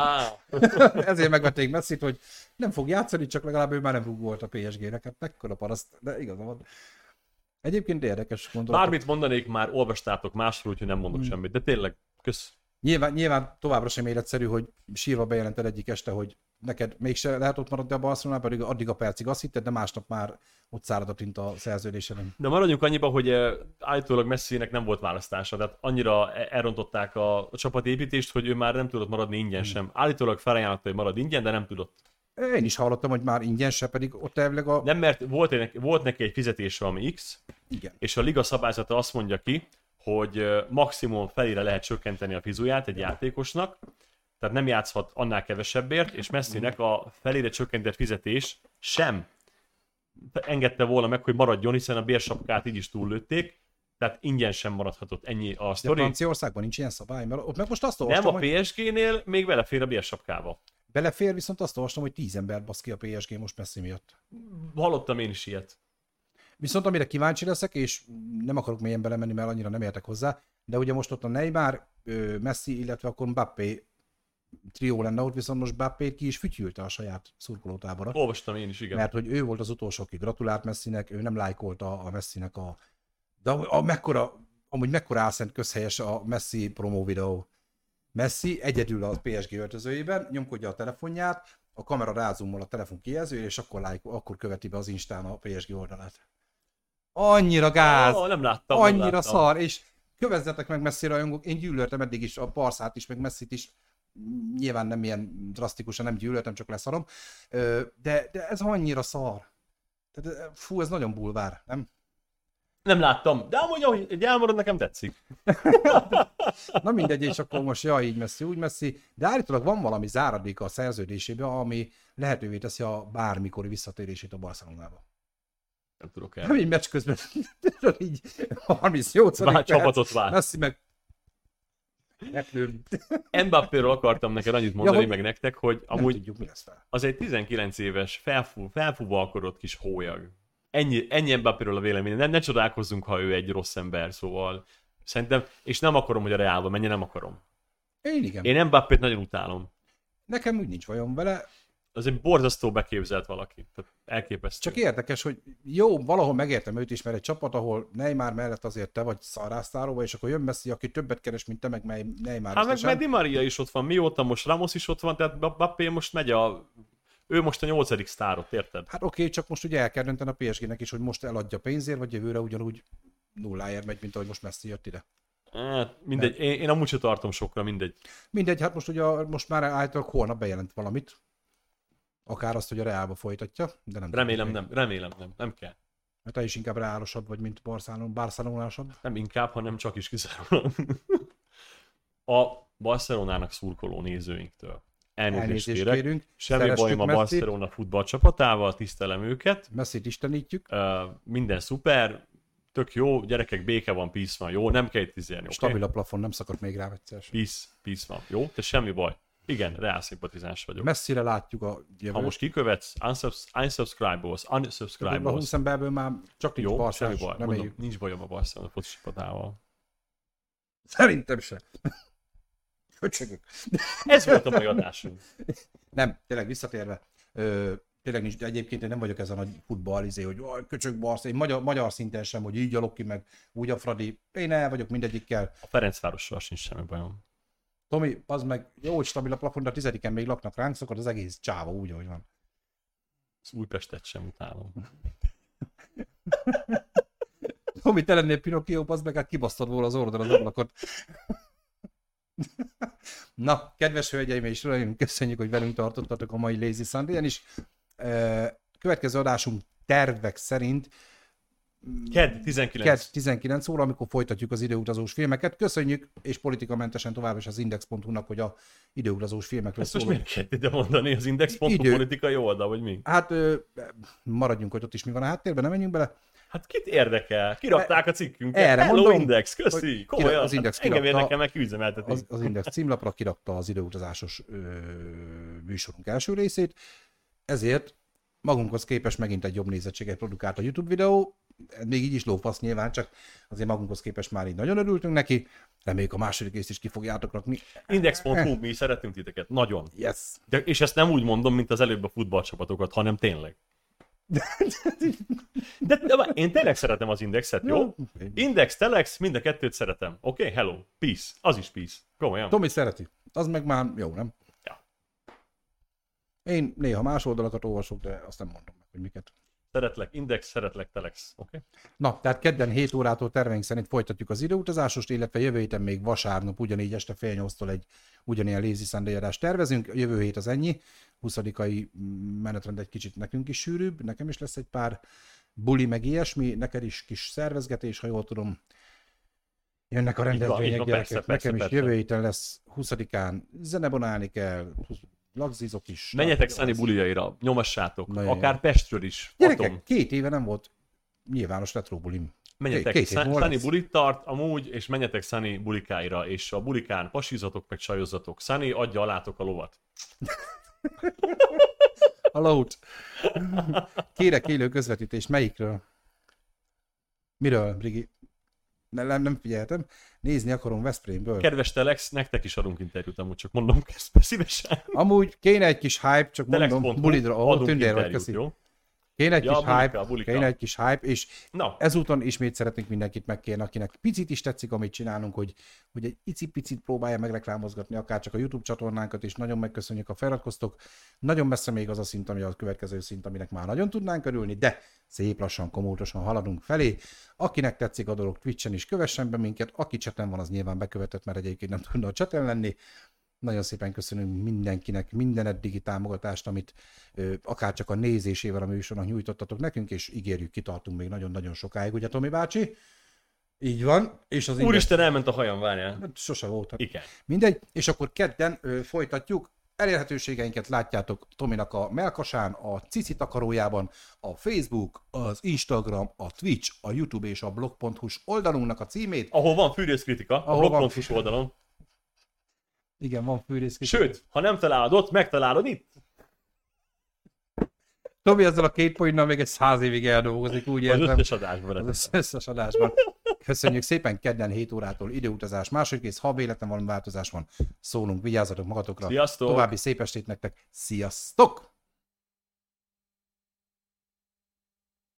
Ezért megvették Messit, hogy nem fog játszani, csak legalább ő már nem rúg volt a PSG-nek. Hát mekkora paraszt, de igaza van. Egyébként érdekes gondolat. Bármit mondanék, már olvastátok másról, úgyhogy nem mondok semmit, de tényleg, kösz. Nyilván továbbra sem életszerű, hogy sírva bejelented egyik este, hogy neked mégse lehet ott maradni a Barcelonában, pedig addig a percig azt hitted, de másnap már ott szárad a tinta a szerződésen. De maradjunk annyiba, hogy állítólag Messinek nem volt választása, tehát annyira elrontották a csapatépítést, hogy ő már nem tudott maradni ingyen sem. Állítólag felajánlotta, hogy marad ingyen, de nem tudott. Én is hallottam, hogy már ingyen se, pedig ott elvileg a... Nem, mert volt neki egy fizetése, ami X, igen. És a liga szabályzata azt mondja ki, hogy maximum felére lehet csökkenteni a fizuját egy játékosnak, tehát nem játszhat annál kevesebbért, és Messinek a felére csökkentett fizetés sem engedte volna meg, hogy maradjon, hiszen a bérsapkát így is túllőtték, tehát ingyen sem maradhatott, ennyi a sztori. De Franciaországban nincs ilyen szabály, mert ott meg most azt olvastam, nem, a PSG-nél még belefér a bérsapkába. Belefér, viszont azt olvastam, hogy 10 ember basz ki a PSG most Messi miatt. Hallottam én is ilyet. Viszont amire kíváncsi leszek, és nem akarok mélyen belemenni, mert annyira nem értek hozzá, de ugye most ott a Neymar, Messi, illetve akkor Mbappé trió lenne ott, viszont most Mbappé ki is fütyülte a saját szurkolótábora. Olvastam én is, igen. Mert hogy ő volt az utolsó, aki gratulált Messinek, ő nem lájkolta a Messinek a... De amúgy mekkora álszent közhelyes a Messi promó videó. Messi egyedül a PSG öltözőjében nyomkodja a telefonját, a kamera rázumol a telefon kijelzőjére, és akkor követi be az Instán a PSG oldalát. Annyira gáz! Nem láttam. Annyira szar, és kövezzetek meg Messi rajongók, én gyűlöltem eddig is a Barszát is, meg Messit is, nyilván nem ilyen drasztikusan nem gyűlöltem, csak leszarom, de ez annyira szar. Tehát, fú, ez nagyon bulvár, nem? Nem láttam, de amúgy ahogy elmarad, nekem tetszik. Na mindegy, és akkor most így Messi, úgy Messi, de állítólag van valami záradéka a szerződésében, ami lehetővé teszi a bármikori visszatérését a Barcelonába. Nem tudok el. Nem így meccs közben, így 38. Csapatot vár. Messi meg... Mbappéről akartam neked annyit mondani, meg nektek, hogy amúgy tudjuk, mi lesz fel. Az egy 19 éves felfúvalkodott kis hólyag. Ennyi Mbappéről a véleményem. Ne csodálkozzunk, ha ő egy rossz ember, szóval szerintem, és nem akarom, hogy a Realba menjen, nem akarom. Igen. Én Mbappét nagyon utálom. Nekem úgy nincs bajom vele. Az egy borzasztó beképzelt valaki. Tehát elképesztő. Csak érdekes, hogy jó, valahol megértem őt is, mert egy csapat, ahol Neymar mellett azért te vagy szarrásztárolva, és akkor jön Messi, aki többet keres, mint te, meg Neymar. Hát meg Di Maria is ott van, mióta most Ramos is ott van, tehát Mbappé most megy ő most a 8. sztárot, érted? Hát oké, csak most ugye el kell dönteni a PSG-nek is, hogy most eladja pénzért, vagy jövőre ugyanúgy nulláért megy, mint ahogy most Messi jött ide. Hát mindegy, én amúgy sem tartom sokra, mindegy. Mindegy, hát most már általában holnap bejelent valamit. Akár azt, hogy a Realba folytatja, de nem. Remélem nem kell. Mert te is inkább reálosabb vagy, mint barcelonásabb. Nem inkább, hanem csak is kizárólag. A Barcelonának szurkoló nézőinktől. Elnézést kérünk. Semmi bajom a Barcelona futballcsapatával, tisztelem őket. Messit istenítjük. Minden szuper, tök jó, gyerekek, béke van, peace van, jó? Nem kell itt izélni, oké? Stabil a plafon, nem szakadt még rá egyszer. Peace van, jó? Te semmi baj. Igen, reál szimpatizáns vagyok. Messzire látjuk a jövőt. Ha most kikövetsz, unsubscribe-olsz. A 20 emberből már csak nincs Barcelona. Semmi baj, mondom, nincs bajom a Barcelona focisipatával. Szerintem se. Köcsögök. Ez volt a mai adásunk. Nem, tényleg visszatérve. Tényleg nincs, egyébként én nem vagyok ez a nagy futball, hogy köcsög Barca, én magyar szinten sem, hogy így alok ki, meg úgy a Fradi. Én el vagyok mindegyikkel. A Ferencvárossal sincs semmi bajom. Tomi, az meg jó, hogy stabil a plafon, de a 10-en még laknak ránk, szokott az egész csáva úgy, ahogy van. Az Újpestet sem utálom. Tomi, te lennél Pinocchio, az meg hát kibasztod volna az orrodon az ablakot. Na, kedves hölgyeim és uraim, köszönjük, hogy velünk tartottatok a mai Lazy Sunday-en is. Következő adásunk tervek szerint Kedd 19 óra, amikor folytatjuk az időutazós filmeket. Köszönjük, és politikamentesen tovább is az Index.hu-nak, hogy a időutazós filmekről szólunk. Ezt most miért kell ide mondani, az Index.hu politikai oldal, vagy mi? Hát maradjunk, hogy ott is mi van a háttérben, nem menjünk bele. Hát kit érdekel? Kirakták a cikkünket. Erre Hello mondom, Index, köszi! Komolyan, az Index engem érdekel meg üzemeltetni. Az Index címlapra kirakta az időutazásos műsorunk első részét, ezért magunkhoz képest megint egy jobb nézettséget produkált a YouTube videó, még így is lófasz nyilván, csak azért magunkhoz képest már így nagyon örültünk neki, reméljük a második részt is ki fogjátok rakni. Index.hu, mi szeretünk titeket, nagyon. Yes. És ezt nem úgy mondom, mint az előbb a futballcsapatokat, hanem tényleg. De én tényleg szeretem az Indexet, jó? Index, Telex, mind a kettőt szeretem. Oké, hello, peace. Az is peace. Komolyan. Tomi szereti. Az meg már jó, nem? Ja. Én néha más oldalakat olvasok, de azt nem mondom meg, hogy miket. Szeretlek Index, szeretlek Telex. Oké? Na, tehát kedden 7 órától terveink szerint folytatjuk az időutazásost, illetve jövő héten még vasárnap ugyanígy este 7:30-tól egy ugyanilyen Lazy Sunday adást tervezünk. Jövő hét az ennyi. 20-ai menetrend egy kicsit nekünk is sűrűbb, nekem is lesz egy pár buli meg ilyesmi, neked is kis szervezgetés, ha jól tudom. Jönnek a rendezvények, gyerekek. Nekem is jövő héten lesz 20-án zenebonálni kell, lagzizok is. Menjetek Szani buliaira, nyomassátok, akár Pestről is. Gyerekek, 2 éve nem volt nyilvános retro bulim. Menjetek, Szani bulit tart amúgy, és menjetek Szani bulikáira, és a bulikán pasizatok, meg sajozzatok. Szani adja alátok a lovat. A lót. Kérek élő közvetítést, melyikről? Miről, Brigi? Nem figyeltem. Nézni akarom Veszprémből. Kedves Telex, nektek is adunk interjút, amúgy csak mondom szívesen. Amúgy kéne egy kis hype, csak mondom, bulidra, tündér vagy, köszi. Jó? Kéne egy kis hype, és ezúton ismét szeretnénk mindenkit megkérni, akinek picit is tetszik, amit csinálunk, hogy egy icipicit próbálja megreklámozgatni, akár csak a YouTube csatornánkat, és nagyon megköszönjük, a feliratkoztok. Nagyon messze még az a szint, ami a következő szint, aminek már nagyon tudnánk örülni, de szép lassan, komótosan haladunk felé. Akinek tetszik a dolog, Twitchen is kövessen be minket, aki chaten van, az nyilván bekövetett, mert egyébként nem tudna a chaten lenni. Nagyon szépen köszönünk mindenkinek minden eddigi támogatást, amit akár csak a nézésével a műsornak nyújtottatok nekünk, és ígérjük, kitartunk még nagyon-nagyon sokáig, ugye Tomi bácsi? Így van. És az Úristen, elment a hajam, várjál. Sose volt. Igen. Mindegy, és akkor kedden folytatjuk. Elérhetőségeinket látjátok Tominak a melkasán, a cici takarójában, a Facebook, az Instagram, a Twitch, a YouTube és a blog.hu-s oldalunknak a címét. Ahol van fűrészkritika, a blog.hu-s oldalon. Igen, van fűrészkritika. Sőt, ha nem találod ott, megtalálod itt. Tomi ezzel a 2 pontnal még egy 100 évig eldolgozik, úgy érzem. Az összes adásban. Az összes adásban. Köszönjük szépen, kedden 7 órától időutazás második rész, ha véletlen valami változás van, szólunk, vigyázzatok magatokra. Sziasztok! További szép estét nektek, sziasztok!